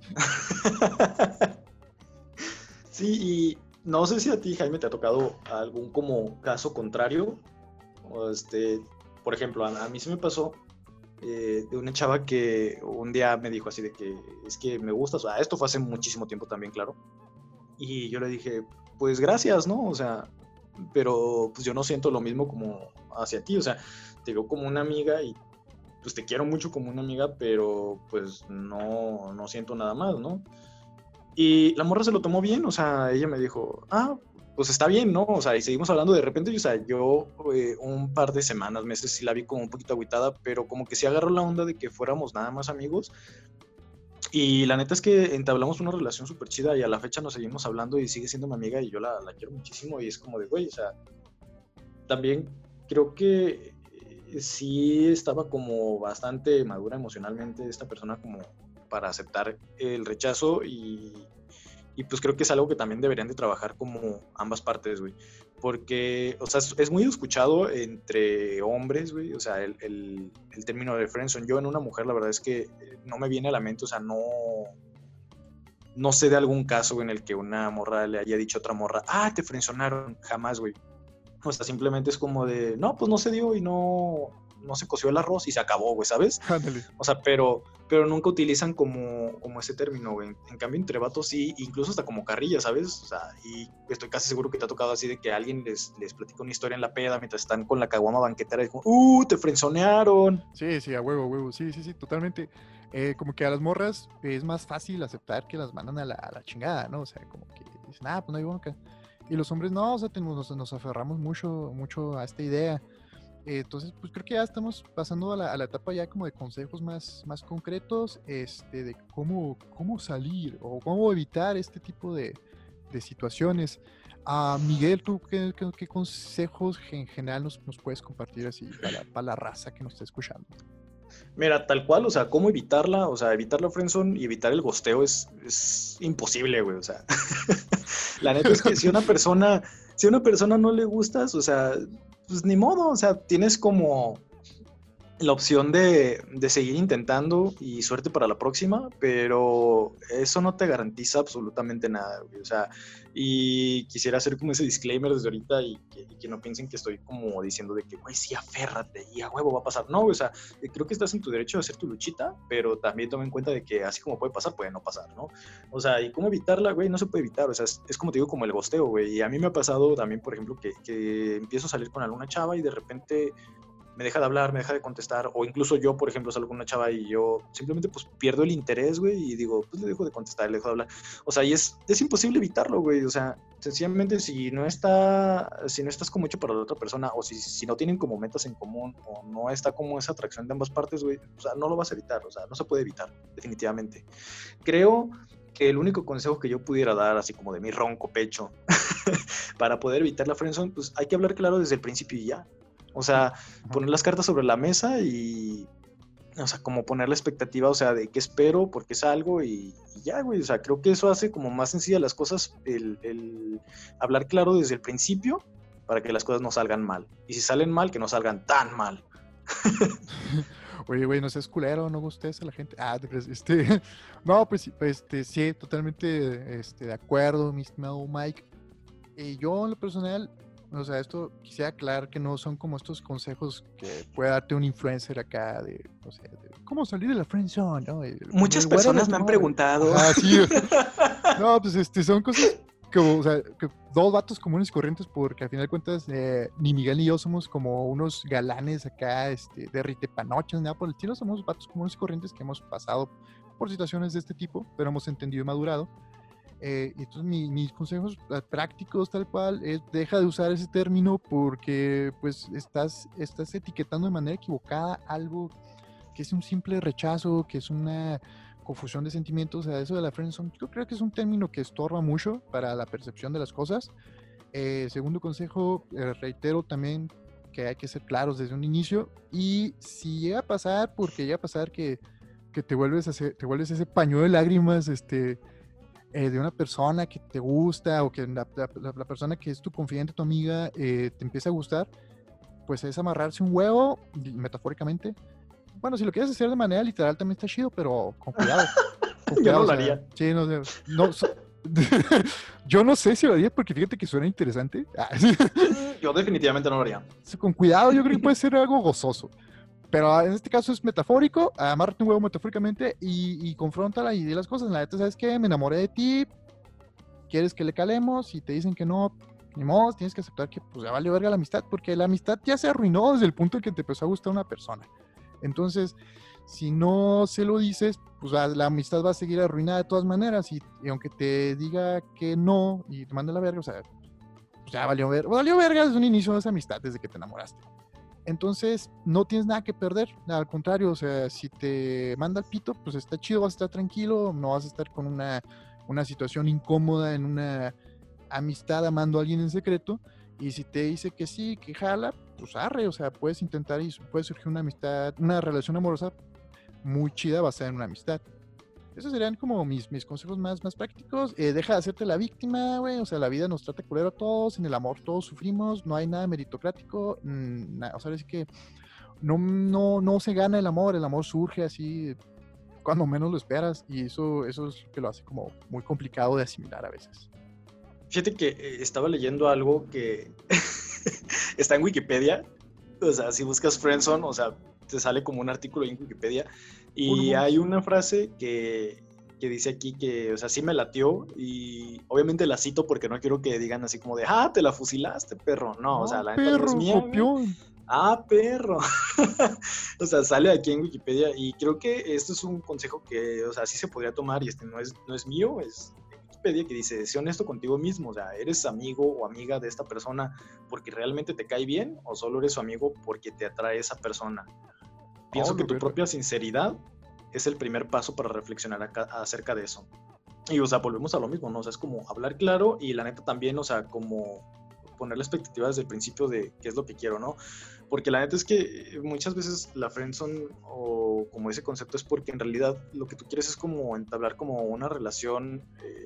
Sí, y no sé si a ti, Jaime, te ha tocado algún como caso contrario. O por ejemplo, a mí se me pasó de una chava que un día me dijo así de que es que me gustas. O sea, esto fue hace muchísimo tiempo también, claro. Y yo le dije, pues gracias, ¿no? O sea, pero pues yo no siento lo mismo como hacia ti. O sea, te veo como una amiga y pues te quiero mucho como una amiga, pero pues no siento nada más, ¿no? Y la morra se lo tomó bien, o sea, ella me dijo, pues está bien, ¿no? O sea, y seguimos hablando de repente, o sea, yo un par de semanas, meses, sí la vi como un poquito agüitada, pero como que sí agarró la onda de que fuéramos nada más amigos. Y la neta es que entablamos una relación súper chida y a la fecha nos seguimos hablando y sigue siendo mi amiga y yo la quiero muchísimo y es como de, güey, o sea, también creo que sí estaba como bastante madura emocionalmente esta persona como para aceptar el rechazo y pues creo que es algo que también deberían de trabajar como ambas partes, güey. Porque, o sea, es muy escuchado entre hombres, güey. O sea, el término de friendzone. Yo en una mujer, la verdad es que no me viene a la mente, o sea, no sé de algún caso en el que una morra le haya dicho a otra morra, te frenzonaron. Jamás, güey. O sea, simplemente es como de, no, pues no se dio y no se coció el arroz y se acabó, güey, ¿sabes? Ándale. O sea, pero nunca utilizan como ese término, güey. En cambio, entre vatos sí, incluso hasta como carrilla, ¿sabes? O sea, y estoy casi seguro que te ha tocado así de que alguien les platica una historia en la peda mientras están con la caguama banquetera y como, te frenzonearon. Sí, a huevo, sí, totalmente. Como que a las morras es más fácil aceptar que las mandan a la chingada, ¿no? O sea, como que dicen, pues no hay bronca. Y los hombres no, o sea, nos aferramos mucho a esta idea. Entonces, pues creo que ya estamos pasando a la etapa ya como de consejos más concretos, de cómo salir o cómo evitar este tipo de situaciones. Miguel, ¿tú qué consejos en general nos puedes compartir así para la raza que nos está escuchando? Mira, tal cual, o sea, cómo evitarla, o sea, evitar la friendzone y evitar el gosteo es imposible, güey, o sea, la neta es que si a una persona no le gustas, o sea, pues ni modo, o sea, tienes como la opción de seguir intentando y suerte para la próxima, pero eso no te garantiza absolutamente nada, güey. O sea, y quisiera hacer como ese disclaimer desde ahorita y que no piensen que estoy como diciendo de que, güey, sí, aférrate y a huevo va a pasar. No, güey, o sea, creo que estás en tu derecho de hacer tu luchita, pero también toma en cuenta de que así como puede pasar, puede no pasar, ¿no? O sea, y cómo evitarla, güey, no se puede evitar, o sea, es como te digo, como el gosteo, güey. Y a mí me ha pasado también, por ejemplo, que empiezo a salir con alguna chava y de repente me deja de hablar, me deja de contestar, o incluso yo, por ejemplo, salgo con una chava y yo simplemente pues pierdo el interés, güey, y digo, pues le dejo de contestar, le dejo de hablar. O sea, y es imposible evitarlo, güey, o sea, sencillamente si no estás como hecho para la otra persona, o si no tienen como metas en común, o no está como esa atracción de ambas partes, güey, o sea, no lo vas a evitar, o sea, no se puede evitar, definitivamente. Creo que el único consejo que yo pudiera dar, así como de mi ronco pecho, para poder evitar la friendzone, pues hay que hablar claro desde el principio y ya. O sea, poner las cartas sobre la mesa y, o sea, como poner la expectativa, o sea, de qué espero, por qué salgo y ya, güey. O sea, creo que eso hace como más sencillas las cosas, el hablar claro desde el principio para que las cosas no salgan mal. Y si salen mal, que no salgan tan mal. Oye, güey, no seas culero, no gustes a la gente. No, pues sí, totalmente de acuerdo, mi estimado Mike. Yo en lo personal, o sea, esto quisiera aclarar que no son como estos consejos que puede darte un influencer acá de, no sé, de cómo salir de la friendzone, ¿no? Muchas personas me han preguntado. Sí. No, pues son cosas como, o sea, que dos vatos comunes y corrientes, porque al final de cuentas ni Miguel ni yo somos como unos galanes acá, de ritepanochas, nada por el estilo, somos vatos comunes y corrientes que hemos pasado por situaciones de este tipo, pero hemos entendido y madurado. Y entonces mis consejos prácticos tal cual es deja de usar ese término porque pues estás etiquetando de manera equivocada algo que es un simple rechazo, que es una confusión de sentimientos. O sea, eso de la friendzone yo creo que es un término que estorba mucho para la percepción de las cosas. Segundo consejo, reitero también que hay que ser claros desde un inicio, y si llega a pasar, porque llega a pasar que te vuelves ese pañuelo de lágrimas, de una persona que te gusta, o que la persona que es tu confidente, tu amiga, te empieza a gustar, pues es amarrarse un huevo, metafóricamente. Bueno, si lo quieres hacer de manera literal también está chido, pero con cuidado. Yo no lo haría. Sí, no, yo no sé si lo haría porque fíjate que suena interesante. Yo definitivamente no lo haría. Con cuidado, yo creo que puede ser algo gozoso. Pero en este caso es metafórico, amárrate un huevo metafóricamente y confróntala y di las cosas. La neta, ¿sabes qué? Me enamoré de ti, quieres que le calemos, y te dicen que no, ni modo, tienes que aceptar que pues ya valió verga la amistad, porque la amistad ya se arruinó desde el punto en que te empezó a gustar una persona. Entonces, si no se lo dices, pues la amistad va a seguir arruinada de todas maneras, y aunque te diga que no y te mande la verga, o sea, pues ya valió verga desde un inicio de esa amistad, desde que te enamoraste. Entonces, no tienes nada que perder, al contrario, o sea, si te manda el pito, pues está chido, vas a estar tranquilo, no vas a estar con una situación incómoda en una amistad amando a alguien en secreto, y si te dice que sí, que jala, pues arre, o sea, puedes intentar y puede surgir una amistad, una relación amorosa muy chida basada en una amistad. Esos serían como mis consejos más prácticos. Deja de hacerte la víctima, güey. O sea, la vida nos trata culero a todos. En el amor todos sufrimos. No hay nada meritocrático. O sea, es que no se gana el amor. El amor surge así cuando menos lo esperas. Y eso es lo que lo hace como muy complicado de asimilar a veces. Fíjate que estaba leyendo algo que está en Wikipedia. O sea, si buscas Friendzone, o sea, te sale como un artículo en Wikipedia. Y hay una frase que dice aquí que, o sea, sí me latió. Y obviamente la cito porque no quiero que digan así como de, te la fusilaste, perro. No, o sea, la neta no es mía. Copión. Perro. O sea, sale aquí en Wikipedia. Y creo que esto es un consejo que, o sea, sí se podría tomar. Y no es mío, es que dice, sé honesto contigo mismo, o sea, ¿eres amigo o amiga de esta persona porque realmente te cae bien o solo eres su amigo porque te atrae esa persona? Pienso que tu propia sinceridad es el primer paso para reflexionar acerca de eso. Y, o sea, volvemos a lo mismo, ¿no? O sea, es como hablar claro y la neta también, o sea, como poner la expectativa desde el principio de qué es lo que quiero, ¿no? Porque la neta es que muchas veces la friendzone o como ese concepto es porque en realidad lo que tú quieres es como entablar como una relación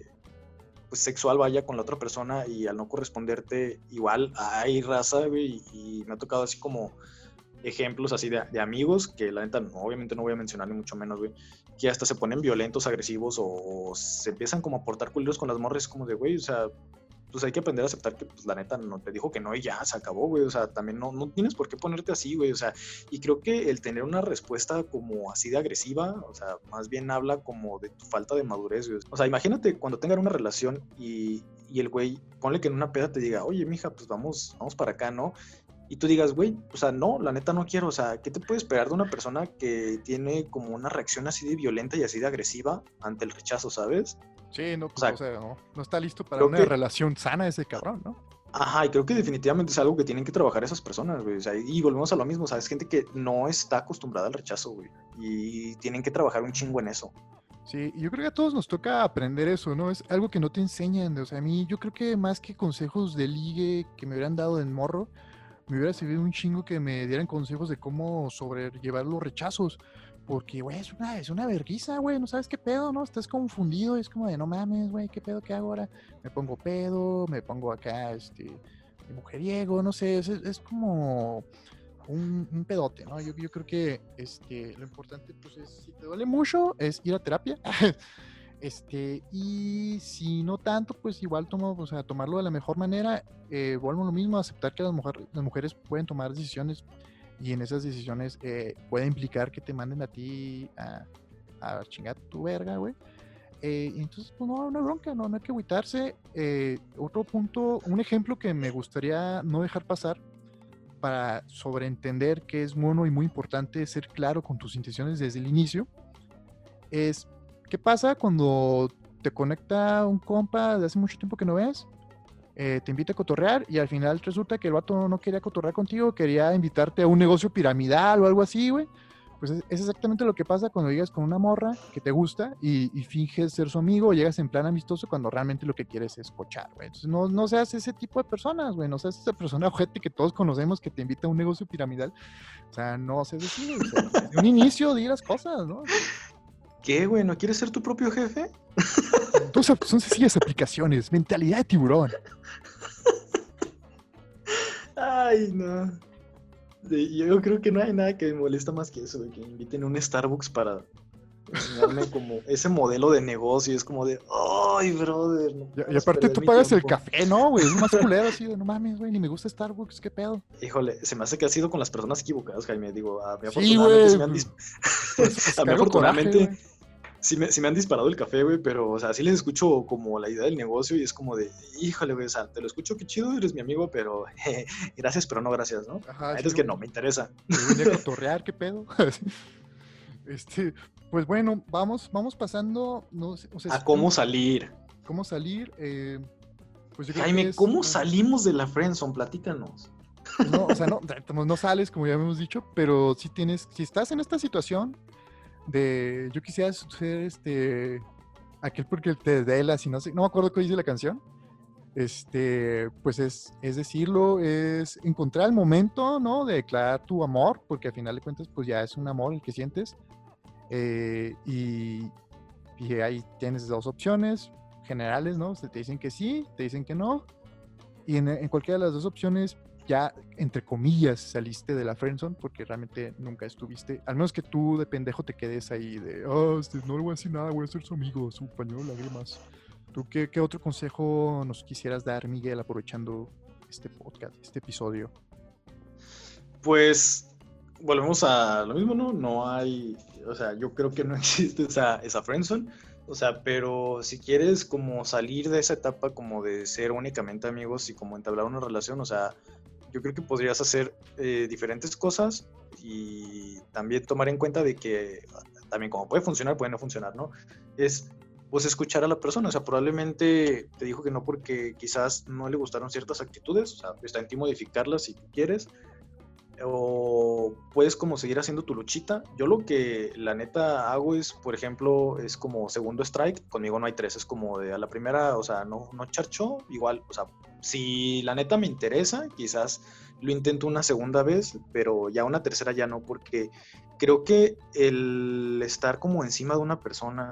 pues sexual vaya con la otra persona y al no corresponderte igual hay raza, güey, y me ha tocado así como ejemplos así de amigos que la neta obviamente no voy a mencionar ni mucho menos, güey, que hasta se ponen violentos, agresivos o se empiezan como a portar culeros con las morras como de, güey, o sea, pues hay que aprender a aceptar que pues la neta no te dijo que no y ya se acabó, güey, o sea, también no tienes por qué ponerte así, güey, o sea, y creo que el tener una respuesta como así de agresiva, o sea, más bien habla como de tu falta de madurez, güey. O sea, imagínate cuando tengan una relación y el güey, ponle que en una peda te diga, oye, mija, pues vamos para acá, ¿no? Y tú digas, güey, o sea, no, la neta no quiero, o sea, ¿qué te puede esperar de una persona que tiene como una reacción así de violenta y así de agresiva ante el rechazo, ¿sabes? Sí, no, pues, o sea, no está listo para una relación sana ese cabrón, ¿no? Ajá, y creo que definitivamente es algo que tienen que trabajar esas personas, güey, o sea, y volvemos a lo mismo, o sea, es gente que no está acostumbrada al rechazo, güey, y tienen que trabajar un chingo en eso. Sí, y yo creo que a todos nos toca aprender eso, ¿no? Es algo que no te enseñan, o sea, a mí yo creo que más que consejos de ligue que me hubieran dado en morro, me hubiera servido un chingo que me dieran consejos de cómo sobrellevar los rechazos. Porque, güey, es una vergüenza, güey, no sabes qué pedo, ¿no? Estás confundido, es como de, no mames, güey, ¿qué pedo, qué hago ahora? Me pongo pedo, me pongo acá, de mujeriego, no sé, es como un pedote, ¿no? Yo creo que lo importante, pues, es, si te duele mucho, es ir a terapia. Y si no tanto, pues igual tomarlo de la mejor manera. Vuelvo a lo mismo, aceptar que las mujeres pueden tomar decisiones y en esas decisiones puede implicar que te manden a ti a chingar tu verga, güey. Y entonces, pues no hay bronca, no hay que agüitarse. Otro punto, un ejemplo que me gustaría no dejar pasar para sobreentender que es bueno y muy importante ser claro con tus intenciones desde el inicio es: ¿qué pasa cuando te conecta un compa de hace mucho tiempo que no ves? Te invita a cotorrear y al final resulta que el vato no quería cotorrear contigo, quería invitarte a un negocio piramidal o algo así, güey. Pues es exactamente lo que pasa cuando llegas con una morra que te gusta y finges ser su amigo o llegas en plan amistoso cuando realmente lo que quieres es cochar, güey. Entonces no seas ese tipo de personas, güey. No seas esa persona ojete que todos conocemos que te invita a un negocio piramidal. O sea, no seas así, güey. O sea, desde un inicio di las cosas, ¿no? ¿Qué, güey? ¿No quieres ser tu propio jefe? Son sencillas aplicaciones. Mentalidad de tiburón. Ay, no. Yo creo que no hay nada que me molesta más que eso, de que me inviten a un Starbucks para enseñarme como ese modelo de negocio. Es como de, ¡ay, brother! No y aparte tú pagas el café, ¿no, güey? Es más culero así de, no mames, güey, ni me gusta Starbucks, ¿qué pedo? Híjole, se me hace que has ido con las personas equivocadas, Jaime. Digo, a mí sí, afortunadamente sí me han disparado el café, güey, pero, o sea, sí les escucho como la idea del negocio y es como de, híjole, güey, o sea, te lo escucho, qué chido, eres mi amigo, pero gracias, pero no gracias, ¿no? Ajá, es que no me interesa. Me vine a cotorrear, ¿qué pedo? Pues bueno, vamos pasando, no sé, o sea, a cómo salir. ¿Cómo salir? Pues yo creo que Jaime, es... ¿cómo salimos de la friendzone? Platícanos. Pues no, o sea, no sales, como ya hemos dicho, pero si estás en esta situación de, yo quisiera ser aquel porque te delas y no sé, no me acuerdo qué dice la canción, pues es decirlo, es encontrar el momento, ¿no? De declarar tu amor, porque al final de cuentas, pues ya es un amor el que sientes, eh, y, y ahí tienes dos opciones generales, ¿no? Te dicen que sí, te dicen que no, y en cualquiera de las dos opciones ya, entre comillas, saliste de la friendzone porque realmente nunca estuviste, al menos que tú de pendejo te quedes ahí de, no le voy a decir nada, voy a ser su amigo, su pañuelo de lágrimas. ¿Tú qué otro consejo nos quisieras dar, Miguel, aprovechando este podcast, este episodio? Pues volvemos a lo mismo, ¿no? No hay, o sea, yo creo que no existe esa friendzone, o sea, pero si quieres como salir de esa etapa como de ser únicamente amigos y como entablar una relación, o sea, yo creo que podrías hacer diferentes cosas y también tomar en cuenta de que también como puede funcionar, puede no funcionar, ¿no? Es pues escuchar a la persona, o sea, probablemente te dijo que no porque quizás no le gustaron ciertas actitudes, o sea, está en ti modificarlas si tú quieres, o puedes como seguir haciendo tu luchita. Yo lo que la neta hago es, por ejemplo, es como segundo strike, conmigo no hay tres, es como de a la primera, o sea, no charchó, igual, o sea, si la neta me interesa, quizás lo intento una segunda vez, pero ya una tercera ya no, porque creo que el estar como encima de una persona,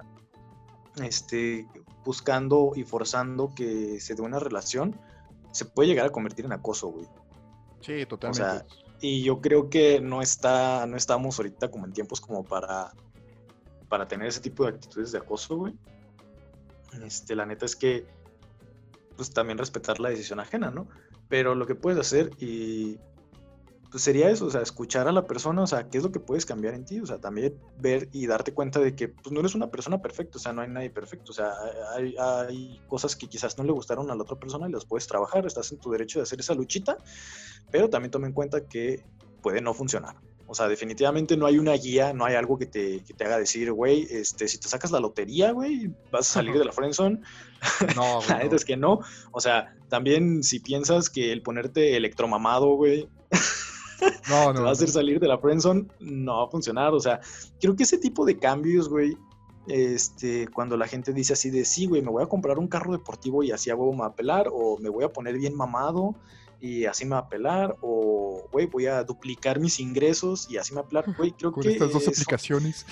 buscando y forzando que se dé una relación, se puede llegar a convertir en acoso, güey. Sí, O totalmente. sea, y yo creo que no estamos ahorita como en tiempos como para tener ese tipo de actitudes de acoso, güey. La neta es que, pues también respetar la decisión ajena, ¿no? Pero lo que puedes hacer y pues sería eso, o sea, escuchar a la persona, o sea, qué es lo que puedes cambiar en ti, o sea, también ver y darte cuenta de que pues no eres una persona perfecta, o sea, no hay nadie perfecto, o sea, hay cosas que quizás no le gustaron a la otra persona y las puedes trabajar, estás en tu derecho de hacer esa luchita, pero también toma en cuenta que puede no funcionar. O sea, definitivamente no hay una guía, no hay algo que te haga decir, güey, si te sacas la lotería, güey, vas a salir de la friendzone. No, La güey, neta no. es que no. O sea, también si piensas que el ponerte electromamado, güey, No, te va a no, hacer no. salir de la friendzone, no va a funcionar. O sea, creo que ese tipo de cambios, güey, cuando la gente dice así de sí, güey, me voy a comprar un carro deportivo y así a huevo me va a pelar, o me voy a poner bien mamado y así me va a pelar, o güey, voy a duplicar mis ingresos y así me va a pelar, güey, creo Con estas dos que eso. aplicaciones.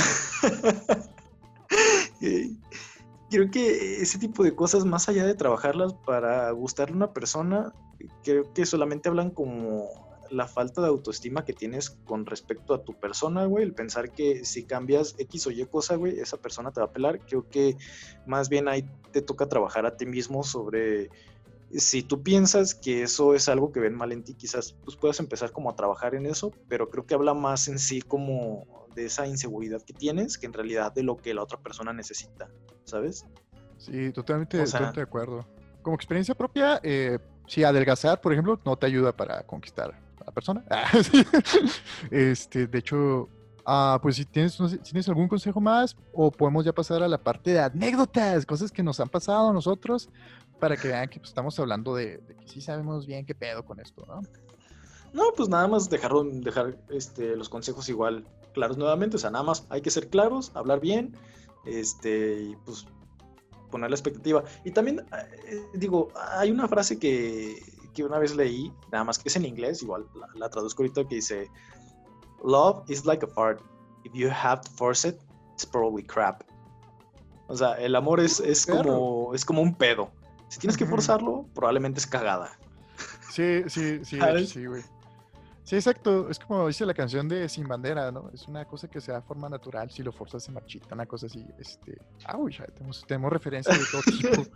Creo que ese tipo de cosas, más allá de trabajarlas para gustarle a una persona, creo que solamente hablan como la falta de autoestima que tienes con respecto a tu persona, güey. El pensar que si cambias X o Y cosa, güey, esa persona te va a pelar. Creo que más bien ahí te toca trabajar a ti mismo sobre si tú piensas que eso es algo que ven mal en ti, quizás pues puedas empezar como a trabajar en eso, pero creo que habla más en sí como de esa inseguridad que tienes que en realidad de lo que la otra persona necesita, ¿sabes? Sí, totalmente, O sea, totalmente de acuerdo. Como experiencia propia, sí, adelgazar, por ejemplo, no te ayuda para conquistar a la persona. Sí. De hecho, pues si tienes, no sé, si tienes algún consejo más, o podemos ya pasar a la parte de anécdotas, cosas que nos han pasado a nosotros, para que vean que pues, estamos hablando de que sí sabemos bien qué pedo con esto, ¿no? no, pues nada más dejar los consejos igual claros nuevamente, o sea, nada más hay que ser claros, hablar bien, y pues poner la expectativa. Y también, digo, hay una frase que una vez leí, nada más que es en inglés, igual la traduzco ahorita, que dice, Love is like a fart. If you have to force it, it's probably crap. O sea, el amor Perro. es como un pedo. Si tienes que forzarlo, probablemente es cagada. Sí, sí, sí, de hecho ¿Sabes? sí, güey. Sí, exacto. Es como dice la canción de Sin Bandera, ¿no? Es una cosa que se da de forma natural. Si lo forzas se marchita, una cosa así. Ya tenemos referencias de todo tipo.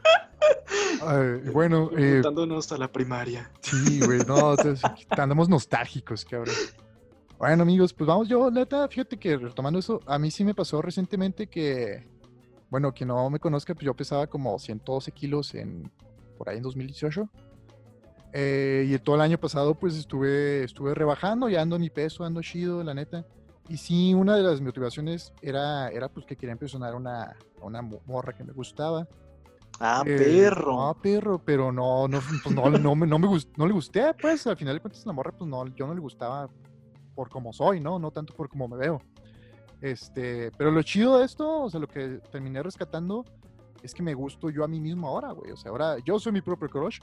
Bueno, Remontándonos a la primaria. sí, güey, no, entonces, andamos nostálgicos, cabrón. Bueno, amigos, pues vamos, yo, neta, fíjate que retomando eso, a mí sí me pasó recientemente que, bueno, quien no me conozca, pues yo pesaba como 112 kilos por ahí en 2018. Y todo el año pasado, pues estuve rebajando, ya ando en mi peso, ando chido, la neta. Y sí, una de las motivaciones era pues que quería impresionar a una morra que me gustaba. Ah, perro. No, perro, pero pues no le gusté, pues, al final de cuentas la morra, pues no, yo no le gustaba por como soy, ¿no? No tanto por como me veo. Pero lo chido de esto, o sea, lo que terminé rescatando es que me gusto yo a mí mismo ahora, güey. O sea, ahora yo soy mi propio crush.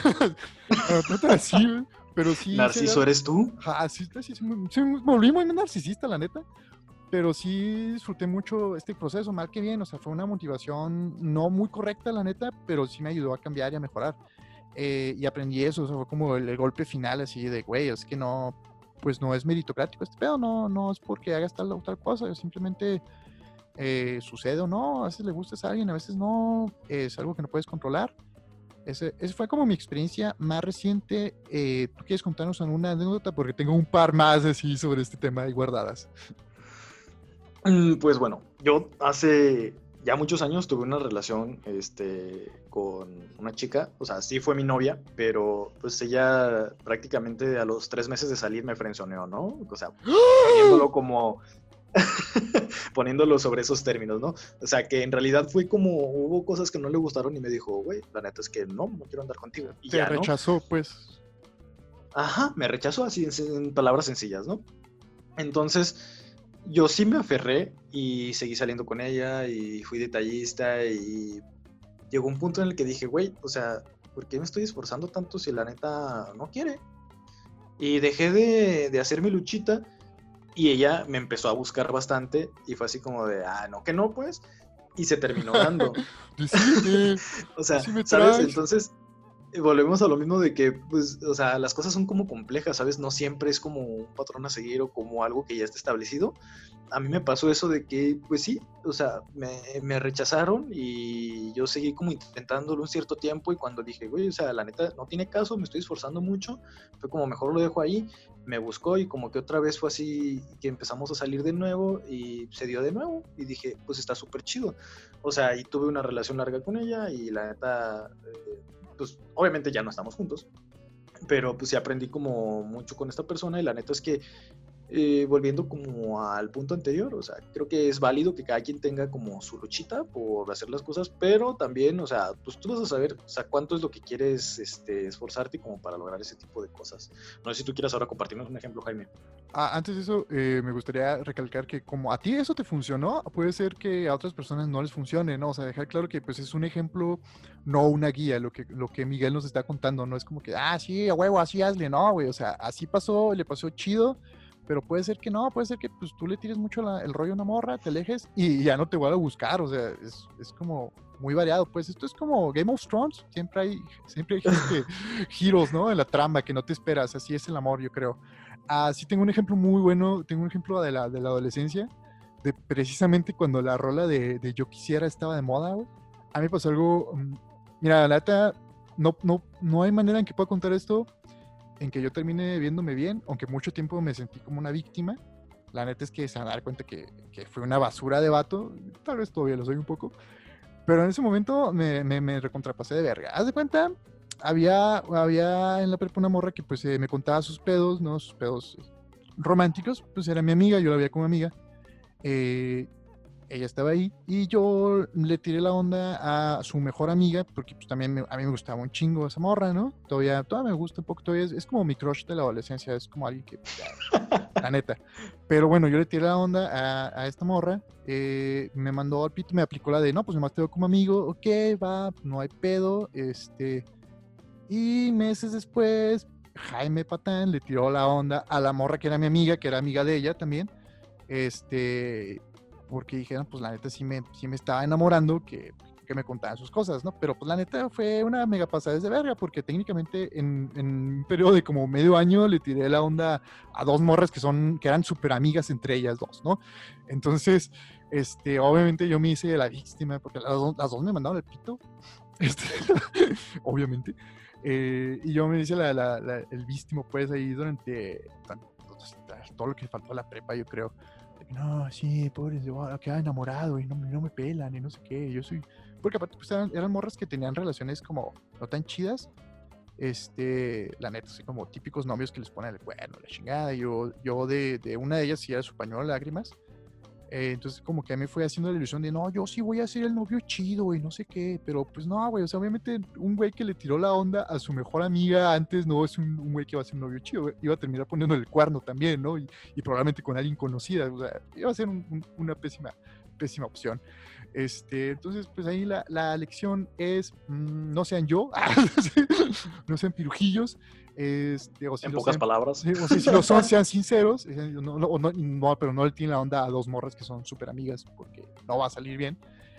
No tan así, güey. Pero sí ¿Narciso eres tú? sí, me volví muy narcisista, la neta. Pero sí disfruté mucho este proceso, mal que bien. O sea, fue una motivación no muy correcta, la neta, pero sí me ayudó a cambiar y a mejorar. Y aprendí eso, o sea, fue como el golpe final así de, güey, es que no, pues no es meritocrático este pedo, no es porque hagas tal o tal cosa, simplemente sucede o no, a veces le gustas a alguien, a veces no, es algo que no puedes controlar. Ese fue como mi experiencia más reciente. ¿Tú quieres contarnos alguna anécdota? Porque tengo un par más así sobre este tema ahí guardadas. Pues bueno, yo hace ya muchos años tuve una relación con una chica, o sea, sí fue mi novia, pero pues ella prácticamente a los 3 meses de salir me frenzoneó, ¿no? O sea, poniéndolo como, poniéndolo sobre esos términos, ¿no? O sea, que en realidad fue como, hubo cosas que no le gustaron y me dijo, güey, la neta es que no quiero andar contigo. Y Te ya, ¿no? rechazó, pues. Ajá, me rechazó así en palabras sencillas, ¿no? Entonces, yo sí me aferré y seguí saliendo con ella y fui detallista y llegó un punto en el que dije, güey, o sea, ¿por qué me estoy esforzando tanto si la neta no quiere? Y dejé de hacer mi luchita y ella me empezó a buscar bastante y fue así como de, no, que no, pues, y se terminó dando. Decídete, O tú sea, sí me ¿sabes? traes. Entonces, volvemos a lo mismo de que, pues, o sea, las cosas son como complejas, ¿sabes? No siempre es como un patrón a seguir o como algo que ya está establecido. A mí me pasó eso de que, pues sí, o sea, me rechazaron y yo seguí como intentándolo un cierto tiempo y cuando dije, güey, o sea, la neta no tiene caso, me estoy esforzando mucho, fue como mejor lo dejo ahí, me buscó y como que otra vez fue así que empezamos a salir de nuevo y se dio de nuevo y dije, pues está súper chido. O sea, y tuve una relación larga con ella y la neta, pues obviamente ya no estamos juntos, pero pues sí aprendí como mucho con esta persona y la neta es que volviendo como al punto anterior, o sea, creo que es válido que cada quien tenga como su luchita por hacer las cosas, pero también, o sea, pues tú vas a saber, o sea, cuánto es lo que quieres esforzarte como para lograr ese tipo de cosas. No sé si tú quieras ahora compartirnos un ejemplo, Jaime. Antes de eso, me gustaría recalcar que como a ti eso te funcionó, puede ser que a otras personas no les funcione, ¿no? O sea, dejar claro que pues es un ejemplo, no una guía, lo que Miguel nos está contando, no es como que, sí, a huevo, así hazle, no, güey, o sea, así pasó, le pasó chido, pero puede ser que no, puede ser que pues tú le tires mucho el rollo a una morra, te alejes y ya no te vuelva a buscar, o sea, es como muy variado, pues esto es como Game of Thrones, siempre hay giros, ¿no? En la trama que no te esperas, así es el amor, yo creo. Sí tengo un ejemplo muy bueno, tengo un ejemplo de la adolescencia, de precisamente cuando la rola de Yo Quisiera estaba de moda, güey. A mí me pasó algo, mira, la neta, no hay manera en que pueda contar esto, en que yo termine viéndome bien, aunque mucho tiempo me sentí como una víctima. La neta es que se van a dar cuenta que fue una basura de vato, tal vez todavía lo soy un poco, pero en ese momento me recontrapasé de verga. Haz de cuenta, había en la prepa una morra que pues me contaba sus pedos, ¿no? Sus pedos románticos, pues era mi amiga, yo la veía como amiga. Eh, Ella estaba ahí y yo le tiré la onda a su mejor amiga, porque pues también a mí me gustaba un chingo esa morra, ¿no? Todavía me gusta un poco, todavía es como mi crush de la adolescencia, es como alguien que, pues, ya, la neta. Pero bueno, yo le tiré la onda a esta morra, me mandó al pito, me aplicó la de, no, pues nomás te veo como amigo, ok, va, no hay pedo, y meses después, Jaime Patán le tiró la onda a la morra que era mi amiga, que era amiga de ella también, porque dijeron, pues la neta sí me estaba enamorando, que me contaban sus cosas, ¿no? Pero pues la neta fue una mega pasada de verga, porque técnicamente en un periodo de como medio año le tiré la onda a dos morras que eran súper amigas entre ellas dos, ¿no? Entonces, obviamente yo me hice la víctima, porque las dos me mandaron el pito, este, obviamente. Y yo me hice el víctimo, pues, ahí durante todo lo que faltó a la prepa, yo creo. No, sí, pobre, quedaba enamorado y no me pelan y no sé qué. Yo soy. Porque aparte, pues eran morras que tenían relaciones como no tan chidas. La neta, así como típicos novios que les ponen el cuerno, la chingada. Yo de una de ellas sí era su pañuelo de lágrimas. Entonces como que a mí fue haciendo la ilusión de, no, yo sí voy a ser el novio chido y no sé qué, pero pues no, güey, o sea, obviamente un güey que le tiró la onda a su mejor amiga antes no es un güey que va a ser un novio chido, güey. Iba a terminar poniendo el cuerno también, ¿no? Y probablemente con alguien conocida, o sea, iba a ser una pésima opción. Entonces, pues ahí la lección es, no sean yo, no sean pirujillos, o si En lo pocas sean, palabras. o si lo son, sean sinceros, pero no le tienen la onda a dos morras que son súper amigas, porque no va a salir bien.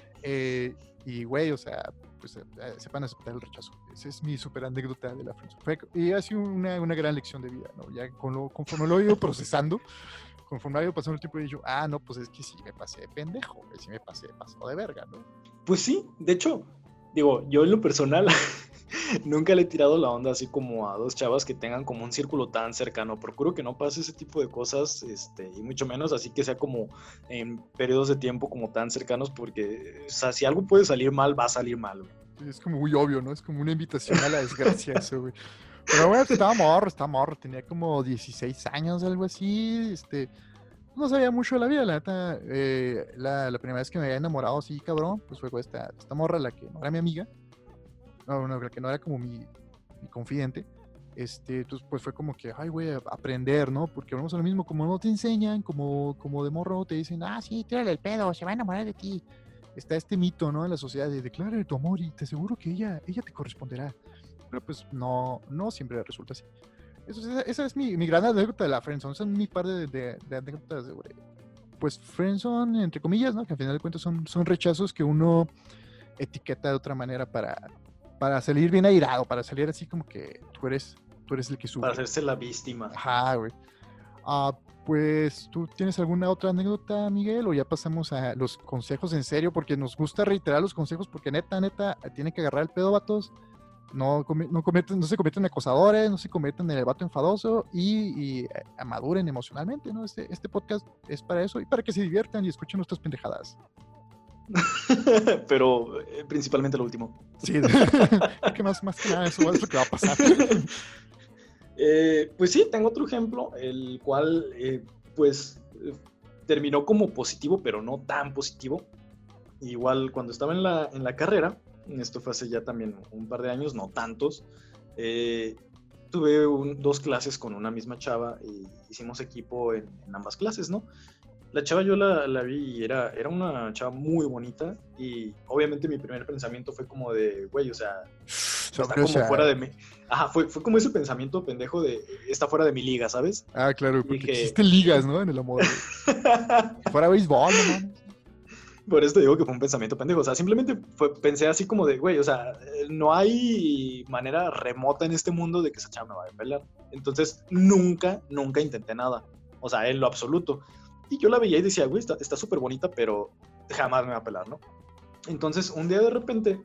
Y güey, o sea, pues sepan aceptar el rechazo. Esa es mi súper anécdota de la friendzone. Y ha sido una gran lección de vida, ¿no? Ya conforme lo he ido procesando, conforme ha ido pasando el tiempo, he dicho, no, pues es que sí me pasé de pendejo, sí me pasé de verga, ¿no? Pues sí, de hecho, digo, yo en lo personal nunca le he tirado la onda así como a dos chavas que tengan como un círculo tan cercano. Procuro que no pase ese tipo de cosas, y mucho menos así que sea como en periodos de tiempo como tan cercanos, porque, o sea, si algo puede salir mal, va a salir mal, güey. Es como muy obvio, ¿no? Es como una invitación a la desgracia eso, güey. Pero bueno, estaba morro, tenía como 16 años, algo así, no sabía mucho de la vida, la neta. La primera vez que me había enamorado así, cabrón, pues fue con esta morra, la que no era mi amiga, no, la que no era como mi confidente. Entonces pues fue como que, ay, güey, aprender, ¿no? Porque vamos a lo mismo, como no te enseñan, como de morro te dicen, sí, tírale el pedo, se va a enamorar de ti. Está este mito, ¿no? En la sociedad de declara tu amor y te aseguro que ella te corresponderá. Pero pues no siempre resulta así. Esa es mi gran anécdota de la friendzone. Esa es mi par de anécdotas de, pues, friendzone, entre comillas, ¿no? Que al final de cuentas son rechazos que uno etiqueta de otra manera para salir bien airado, para salir así como que tú eres el que sufre. Para hacerse la víctima. Ajá, güey. Pues, ¿tú tienes alguna otra anécdota, Miguel? O ya pasamos a los consejos en serio, porque nos gusta reiterar los consejos, porque neta, tienen que agarrar el pedo, vatos. No se cometen acosadores, no se cometen el vato enfadoso y maduren emocionalmente, ¿no? Este podcast es para eso y para que se diviertan y escuchen nuestras pendejadas. Pero principalmente lo último. Sí, que más que nada eso es lo que va a pasar. Pues sí, tengo otro ejemplo, el cual terminó como positivo, pero no tan positivo. Igual cuando estaba en la carrera, esto fue hace ya también un par de años, no tantos, tuve 2 clases con una misma chava y hicimos equipo en ambas clases, ¿no? La chava yo la vi y era una chava muy bonita y obviamente mi primer pensamiento fue como de, güey, o sea, está como fuera de mí. Ajá, fue como ese pensamiento pendejo de, está fuera de mi liga, ¿sabes? Claro, porque existen ligas, ¿no? En el amor. Fuera béisbol, no mames. Por eso te digo que fue un pensamiento pendejo, o sea, simplemente pensé así como de, güey, o sea, no hay manera remota en este mundo de que esa chava me vaya a pelar. Entonces, nunca intenté nada, o sea, en lo absoluto. Y yo la veía y decía, güey, está súper bonita, pero jamás me va a pelar, ¿no? Entonces, un día de repente,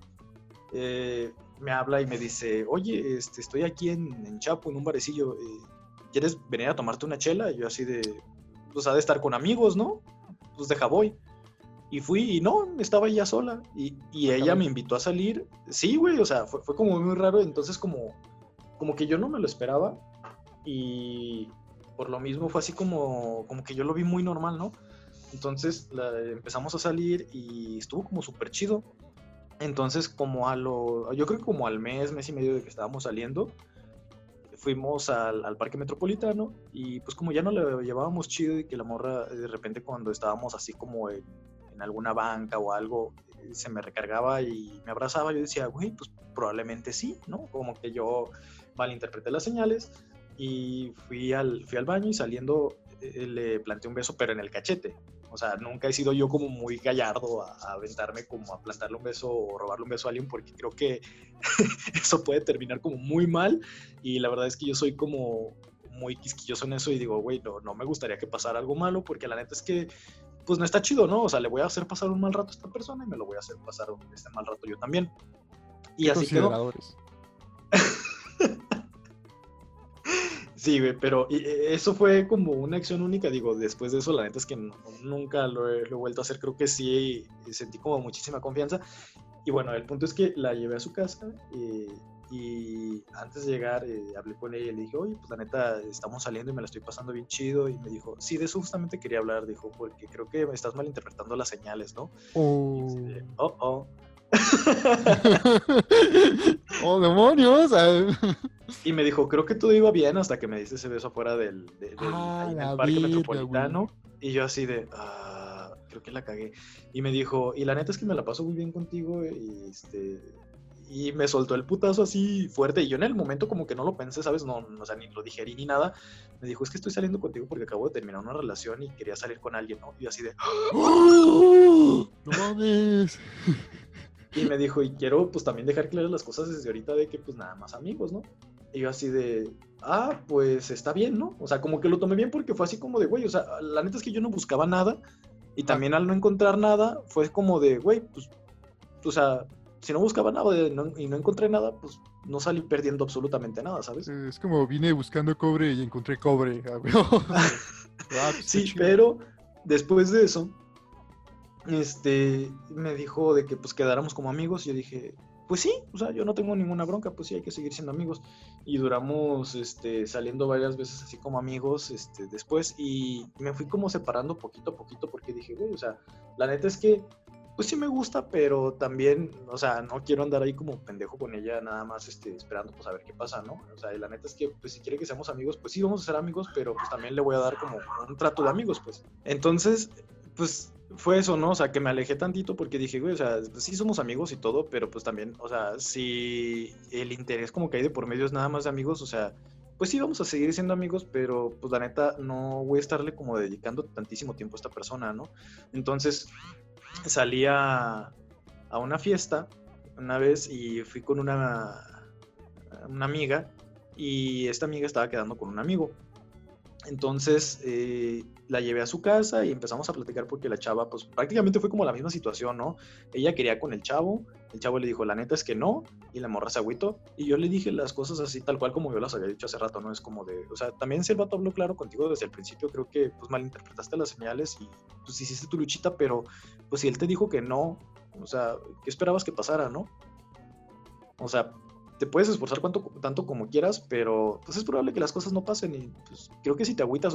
me habla y me dice, oye, estoy aquí en Chapo, en un barecillo, ¿quieres venir a tomarte una chela? Y yo así de, pues ha de estar con amigos, ¿no? Pues deja voy. Y fui y no, estaba ella sola. Y ella me invitó a salir. Sí, güey, o sea, fue como muy raro. Entonces como que yo no me lo esperaba. Y por lo mismo fue así como que yo lo vi muy normal, ¿no? Entonces empezamos a salir y estuvo como súper chido. Entonces yo creo que como al mes y medio de que estábamos saliendo, fuimos al parque metropolitano y pues como ya no le llevábamos chido y que la morra de repente cuando estábamos así como en alguna banca o algo, se me recargaba y me abrazaba, yo decía, güey, pues probablemente sí, ¿no? Como que yo malinterpreté las señales y fui al baño y saliendo le planté un beso, pero en el cachete. O sea, nunca he sido yo como muy gallardo a aventarme como a plantarle un beso o robarle un beso a alguien porque creo que eso puede terminar como muy mal y la verdad es que yo soy como muy quisquilloso en eso y digo, güey, no me gustaría que pasara algo malo porque la neta es que pues no está chido, ¿no? O sea, le voy a hacer pasar un mal rato a esta persona y me lo voy a hacer pasar este mal rato yo también. Y así quedó. Sí, güey, pero eso fue como una acción única, digo, después de eso la neta es que nunca lo he vuelto a hacer, creo que sí sentí como muchísima confianza y bueno, el punto es que la llevé a su casa y antes de llegar hablé con ella y le dije, oye, pues la neta, estamos saliendo y me la estoy pasando bien chido. Y me dijo, sí, de eso justamente quería hablar, dijo, porque creo que me estás malinterpretando las señales, ¿no? Y yo así Oh. de, oh. ¡Oh, demonios! Y me dijo, creo que todo iba bien hasta que me diste ese beso afuera Ah, ahí en el la Parque verga, güey. Metropolitano. Y yo así de, creo que la cagué. Y me dijo, y la neta es que me la paso muy bien contigo. Y me soltó el putazo así fuerte. Y yo en el momento como que no lo pensé, ¿sabes? No, o sea, ni lo digerí ni nada. Me dijo, es que estoy saliendo contigo porque acabo de terminar una relación y quería salir con alguien, ¿no? Y así de, ¡Oh! ¡No mames! y me dijo, y quiero pues también dejar claras las cosas desde ahorita de que pues nada más amigos, ¿no? Y yo así de, pues está bien, ¿no? O sea, como que lo tomé bien porque fue así como de, güey, o sea, la neta es que yo no buscaba nada y también al no encontrar nada fue como de, güey, pues, o sea, si no buscaba nada y no encontré nada, pues no salí perdiendo absolutamente nada, ¿sabes? Es como vine buscando cobre y encontré cobre. Pues está Sí, chido. pero después de eso, me dijo de que pues quedáramos como amigos y yo dije, pues sí, o sea, yo no tengo ninguna bronca, pues sí, hay que seguir siendo amigos. Y duramos, saliendo varias veces así como amigos, después y me fui como separando poquito a poquito porque dije, güey, o sea, la neta es que, pues sí me gusta, pero también, o sea, no quiero andar ahí como pendejo con ella nada más, esperando pues a ver qué pasa, ¿no? O sea, y la neta es que, pues si quiere que seamos amigos, pues sí, vamos a ser amigos, pero pues también le voy a dar como un trato de amigos, pues. Entonces, pues fue eso, ¿no? O sea, que me alejé tantito porque dije, güey, o sea, pues sí somos amigos y todo, pero pues también, o sea, si el interés como que hay de por medio es nada más de amigos, o sea, pues sí vamos a seguir siendo amigos, pero pues la neta no voy a estarle como dedicando tantísimo tiempo a esta persona, ¿no? Entonces salí a una fiesta una vez y fui con una amiga y esta amiga estaba quedando con un amigo. Entonces la llevé a su casa y empezamos a platicar porque la chava, pues prácticamente fue como la misma situación, ¿no? Ella quería con el chavo le dijo, la neta es que no, y la morra se agüitó. Y yo le dije las cosas así, tal cual como yo las había dicho hace rato, ¿no? Es como de, o sea, también si el vato habló claro contigo desde el principio, creo que pues malinterpretaste las señales y pues hiciste tu luchita, pero pues si él te dijo que no, o sea, ¿qué esperabas que pasara, no? O sea, te puedes esforzar tanto como quieras, pero pues es probable que las cosas no pasen y pues creo que si te agüitas,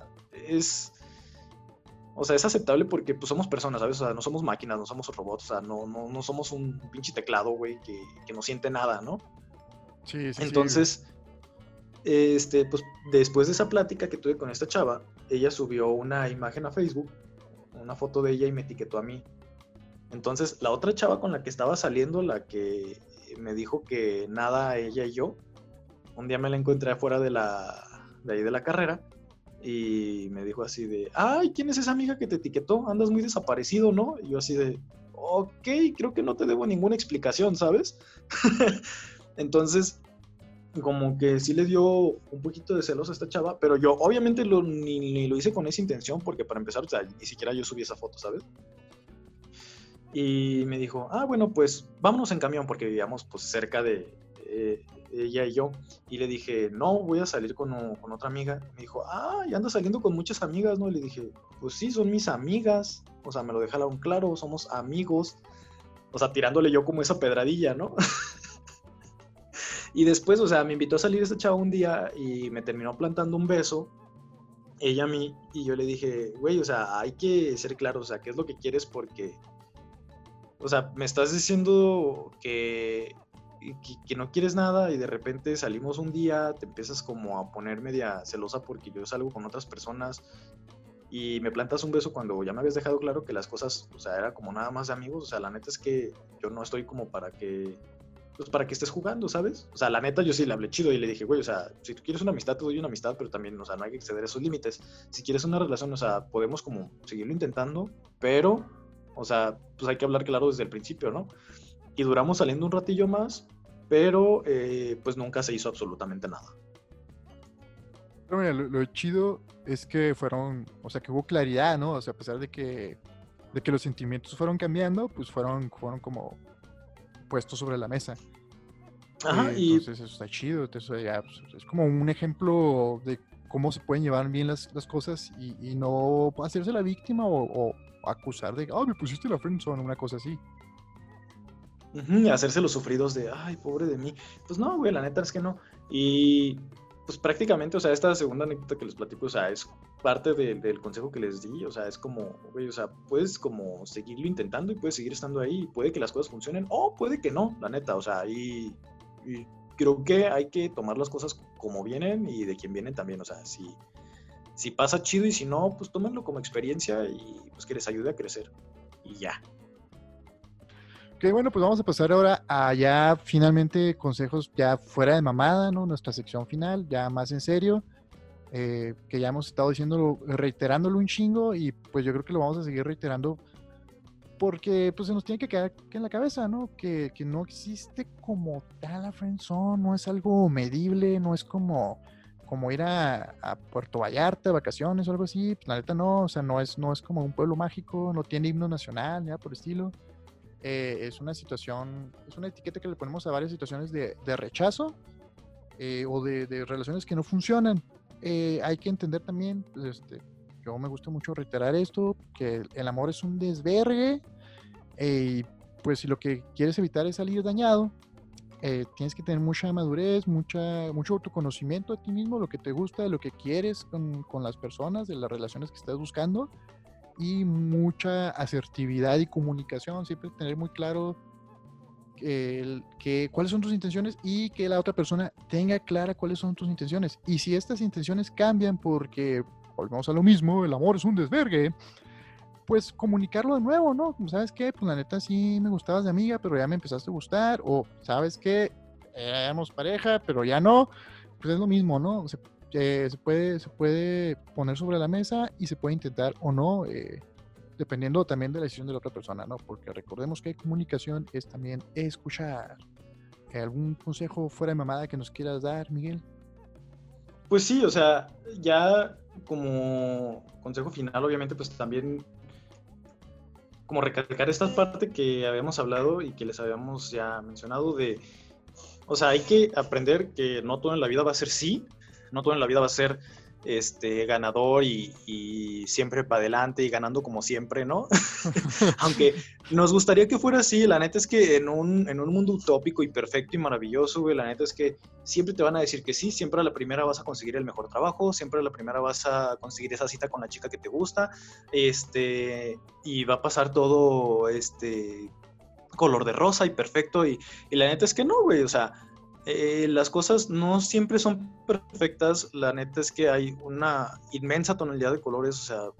es aceptable porque pues somos personas, ¿sabes? O sea, no somos máquinas, no somos robots, o sea, no somos un pinche teclado, güey, que no siente nada, ¿no? Sí, sí, sí, güey. Entonces, pues después de esa plática que tuve con esta chava, ella subió una imagen a Facebook, una foto de ella y me etiquetó a mí. Entonces, la otra chava con la que estaba saliendo, la que me dijo que nada, ella y yo, un día me la encontré afuera de ahí de la carrera y me dijo así de, ay, ¿quién es esa amiga que te etiquetó? Andas muy desaparecido, ¿no? Y yo así de, ok, creo que no te debo ninguna explicación, ¿sabes? Entonces, como que sí le dio un poquito de celos a esta chava, pero yo obviamente ni lo hice con esa intención, porque para empezar, o sea, ni siquiera yo subí esa foto, ¿sabes? Y me dijo, bueno, pues vámonos en camión porque vivíamos pues cerca de ella y yo. Y le dije, no, voy a salir con otra amiga. Me dijo, y ando saliendo con muchas amigas, ¿no? Y le dije, pues sí, son mis amigas. O sea, me lo dejaron claro, somos amigos. O sea, tirándole yo como esa pedradilla, ¿no? Y después, o sea, me invitó a salir esta chava un día y me terminó plantando un beso, ella a mí, y yo le dije, güey, o sea, hay que ser claros, o sea, ¿qué es lo que quieres? Porque o sea, me estás diciendo que no quieres nada y de repente salimos un día, te empiezas como a poner media celosa porque yo salgo con otras personas y me plantas un beso cuando ya me habías dejado claro que las cosas, o sea, era como nada más de amigos. O sea, la neta es que yo no estoy como pues para que estés jugando, ¿sabes? O sea, la neta yo sí le hablé chido y le dije, güey, o sea, si tú quieres una amistad, te doy una amistad, pero también, o sea, no hay que exceder esos límites. Si quieres una relación, o sea, podemos como seguirlo intentando, pero, o sea, pues hay que hablar claro desde el principio, ¿no? Y duramos saliendo un ratillo más, pero pues nunca se hizo absolutamente nada. Pero mira, lo chido es que fueron, o sea, que hubo claridad, ¿no? O sea, a pesar de que los sentimientos fueron cambiando, pues fueron como puestos sobre la mesa. Ajá, y Entonces eso está chido. Entonces, ya, pues, es como un ejemplo de cómo se pueden llevar bien las cosas y no hacerse la víctima o acusar de, me pusiste la friendzone, una cosa así. Hacerse los sufridos de, ay, pobre de mí. Pues no, güey, la neta es que no. Y pues prácticamente, o sea, esta segunda anécdota que les platico, o sea, es parte del consejo que les di, o sea, es como, güey, o sea, puedes como seguirlo intentando y puedes seguir estando ahí, y puede que las cosas funcionen o puede que no, la neta, o sea, y creo que hay que tomar las cosas como vienen y de quien vienen también, o sea, si pasa chido y si no, pues tómenlo como experiencia y pues que les ayude a crecer y ya. Ok, bueno, pues vamos a pasar ahora a ya finalmente consejos ya fuera de mamada, ¿no? Nuestra sección final, ya más en serio, que ya hemos estado diciéndolo, reiterándolo un chingo y pues yo creo que lo vamos a seguir reiterando porque pues se nos tiene que quedar en la cabeza, ¿no? Que no existe como tal la friendzone, no es algo medible, no es como ir a Puerto Vallarta de vacaciones o algo así, pues la neta no, o sea, no es como un pueblo mágico, no tiene himno nacional, nada por el estilo. Es una situación, es una etiqueta que le ponemos a varias situaciones de rechazo o de relaciones que no funcionan. Hay que entender también, pues, yo me gusta mucho reiterar esto, que el amor es un desvergue y pues si lo que quieres evitar es salir dañado, tienes que tener mucha madurez, mucho autoconocimiento de ti mismo, lo que te gusta, lo que quieres con las personas, de las relaciones que estás buscando y mucha asertividad y comunicación, siempre tener muy claro cuáles son tus intenciones y que la otra persona tenga clara cuáles son tus intenciones. Y si estas intenciones cambian porque, volvemos a lo mismo, el amor es un desvergue, pues comunicarlo de nuevo, ¿no? Como, ¿sabes qué? Pues la neta sí me gustabas de amiga, pero ya me empezaste a gustar, o ¿sabes qué? Éramos pareja, pero ya no, pues es lo mismo, ¿no? Se puede poner sobre la mesa y se puede intentar o no, dependiendo también de la decisión de la otra persona, ¿no? Porque recordemos que comunicación es también escuchar. ¿Algún consejo fuera de mamada que nos quieras dar, Miguel? Pues sí, o sea, ya como consejo final, obviamente, pues también como recalcar esta parte que habíamos hablado y que les habíamos ya mencionado de, o sea, hay que aprender que no todo en la vida va a ser sí, no todo en la vida va a ser ganador y siempre para adelante y ganando como siempre, ¿no? Aunque nos gustaría que fuera así, la neta es que en un mundo utópico y perfecto y maravilloso, güey, la neta es que siempre te van a decir que sí, siempre a la primera vas a conseguir el mejor trabajo, siempre a la primera vas a conseguir esa cita con la chica que te gusta, y va a pasar todo, color de rosa y perfecto, y la neta es que no, güey, o sea, las cosas no siempre son perfectas, la neta es que hay una inmensa tonalidad de colores, o sea,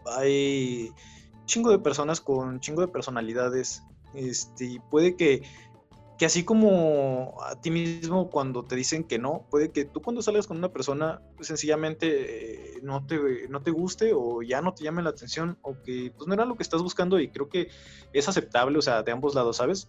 hay chingo de personas con chingo de personalidades, y puede que así como a ti mismo cuando te dicen que no, puede que tú cuando salgas con una persona pues, sencillamente no te guste o ya no te llame la atención o que pues no era lo que estás buscando y creo que es aceptable, o sea, de ambos lados, ¿sabes?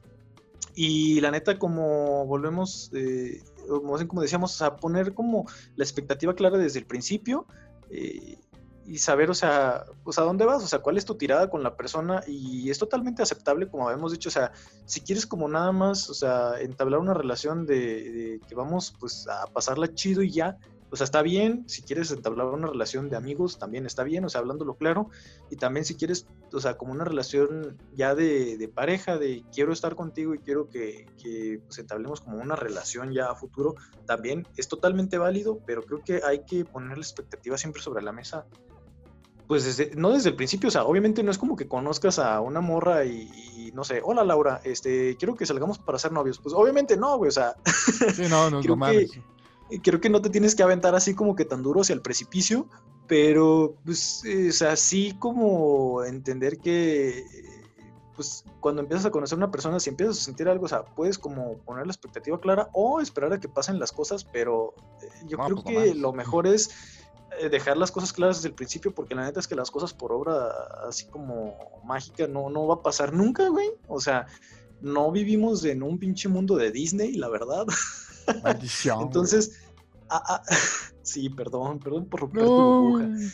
Y la neta, como volvemos, como decíamos, o sea, poner como la expectativa clara desde el principio eh, y saber, o sea, pues a dónde vas, o sea, cuál es tu tirada con la persona y es totalmente aceptable, como habíamos dicho, o sea, si quieres como nada más, o sea, entablar una relación de que vamos pues a pasarla chido y ya, o sea, está bien, si quieres entablar una relación de amigos, también está bien, o sea, hablándolo claro, y también si quieres, o sea, como una relación ya de pareja, de quiero estar contigo y quiero que pues, entablemos como una relación ya a futuro, también es totalmente válido, pero creo que hay que poner la expectativa siempre sobre la mesa. Pues no desde el principio, o sea, obviamente no es como que conozcas a una morra y no sé, hola Laura, quiero que salgamos para ser novios. Pues obviamente no, güey, o sea, Sí, no, no, no creo que mames. creo que no te tienes que aventar así como que tan duro hacia el precipicio, pero pues, o sea, sí como entender que, pues cuando empiezas a conocer a una persona, si empiezas a sentir algo, o sea, puedes como poner la expectativa clara o esperar a que pasen las cosas, pero yo No, creo pues no que mames. lo mejor es dejar las cosas claras desde el principio, porque la neta es que las cosas por obra así como mágica no va a pasar nunca, güey. O sea, no vivimos en un pinche mundo de Disney, la verdad. Maldición, güey. Entonces, ah, ah, sí, perdón por romper tu burbuja. No.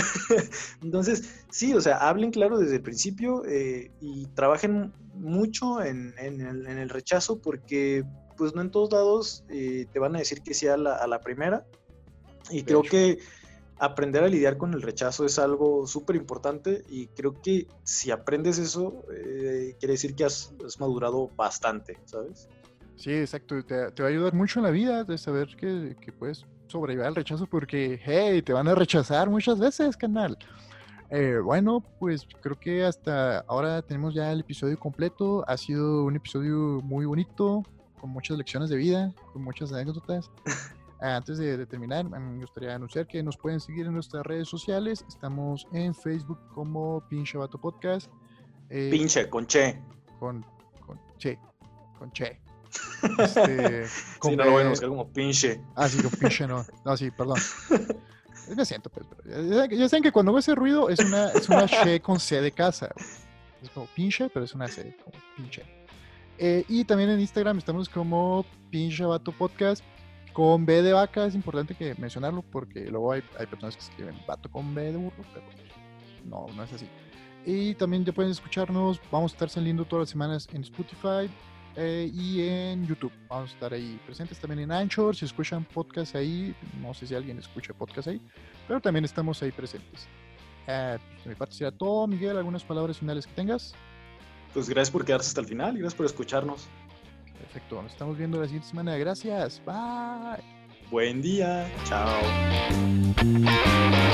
Entonces, sí, o sea, hablen claro desde el principio y trabajen mucho en el rechazo porque pues no en todos lados te van a decir que sí a la primera. Y De creo hecho. que aprender a lidiar con el rechazo es algo súper importante y creo que si aprendes eso, quiere decir que has madurado bastante, ¿sabes? Sí, exacto. Te va a ayudar mucho en la vida de saber que puedes sobrellevar el rechazo porque, hey, te van a rechazar muchas veces, canal. Bueno, pues creo que hasta ahora tenemos ya el episodio completo. Ha sido un episodio muy bonito, con muchas lecciones de vida, con muchas anécdotas. Antes de terminar, me gustaría anunciar que nos pueden seguir en nuestras redes sociales. Estamos en Facebook como Pinche Vato Podcast. Pinche, con che. Con che. Con che. Sí, no lo voy a buscar como pinche. Sí, con pinche no. No, sí, perdón. Me siento, pues. Ya saben que cuando hago ese ruido es una che con C de casa. Es como pinche, pero es una C, como pinche. Y también en Instagram estamos como Pinche Vato Podcast con B de vaca. Es importante que mencionarlo porque luego hay personas que escriben vato con B de burro, pero no es así. Y también ya pueden escucharnos. Vamos a estar saliendo todas las semanas en Spotify y en YouTube. Vamos a estar ahí presentes también en Anchor. Si escuchan podcast ahí, no sé si alguien escucha podcast ahí, pero también estamos ahí presentes. De mi parte será todo. Miguel, ¿algunas palabras finales que tengas? Pues gracias por quedarse hasta el final y gracias por escucharnos. Perfecto, nos estamos viendo la siguiente semana. Gracias, bye. Buen día, chao.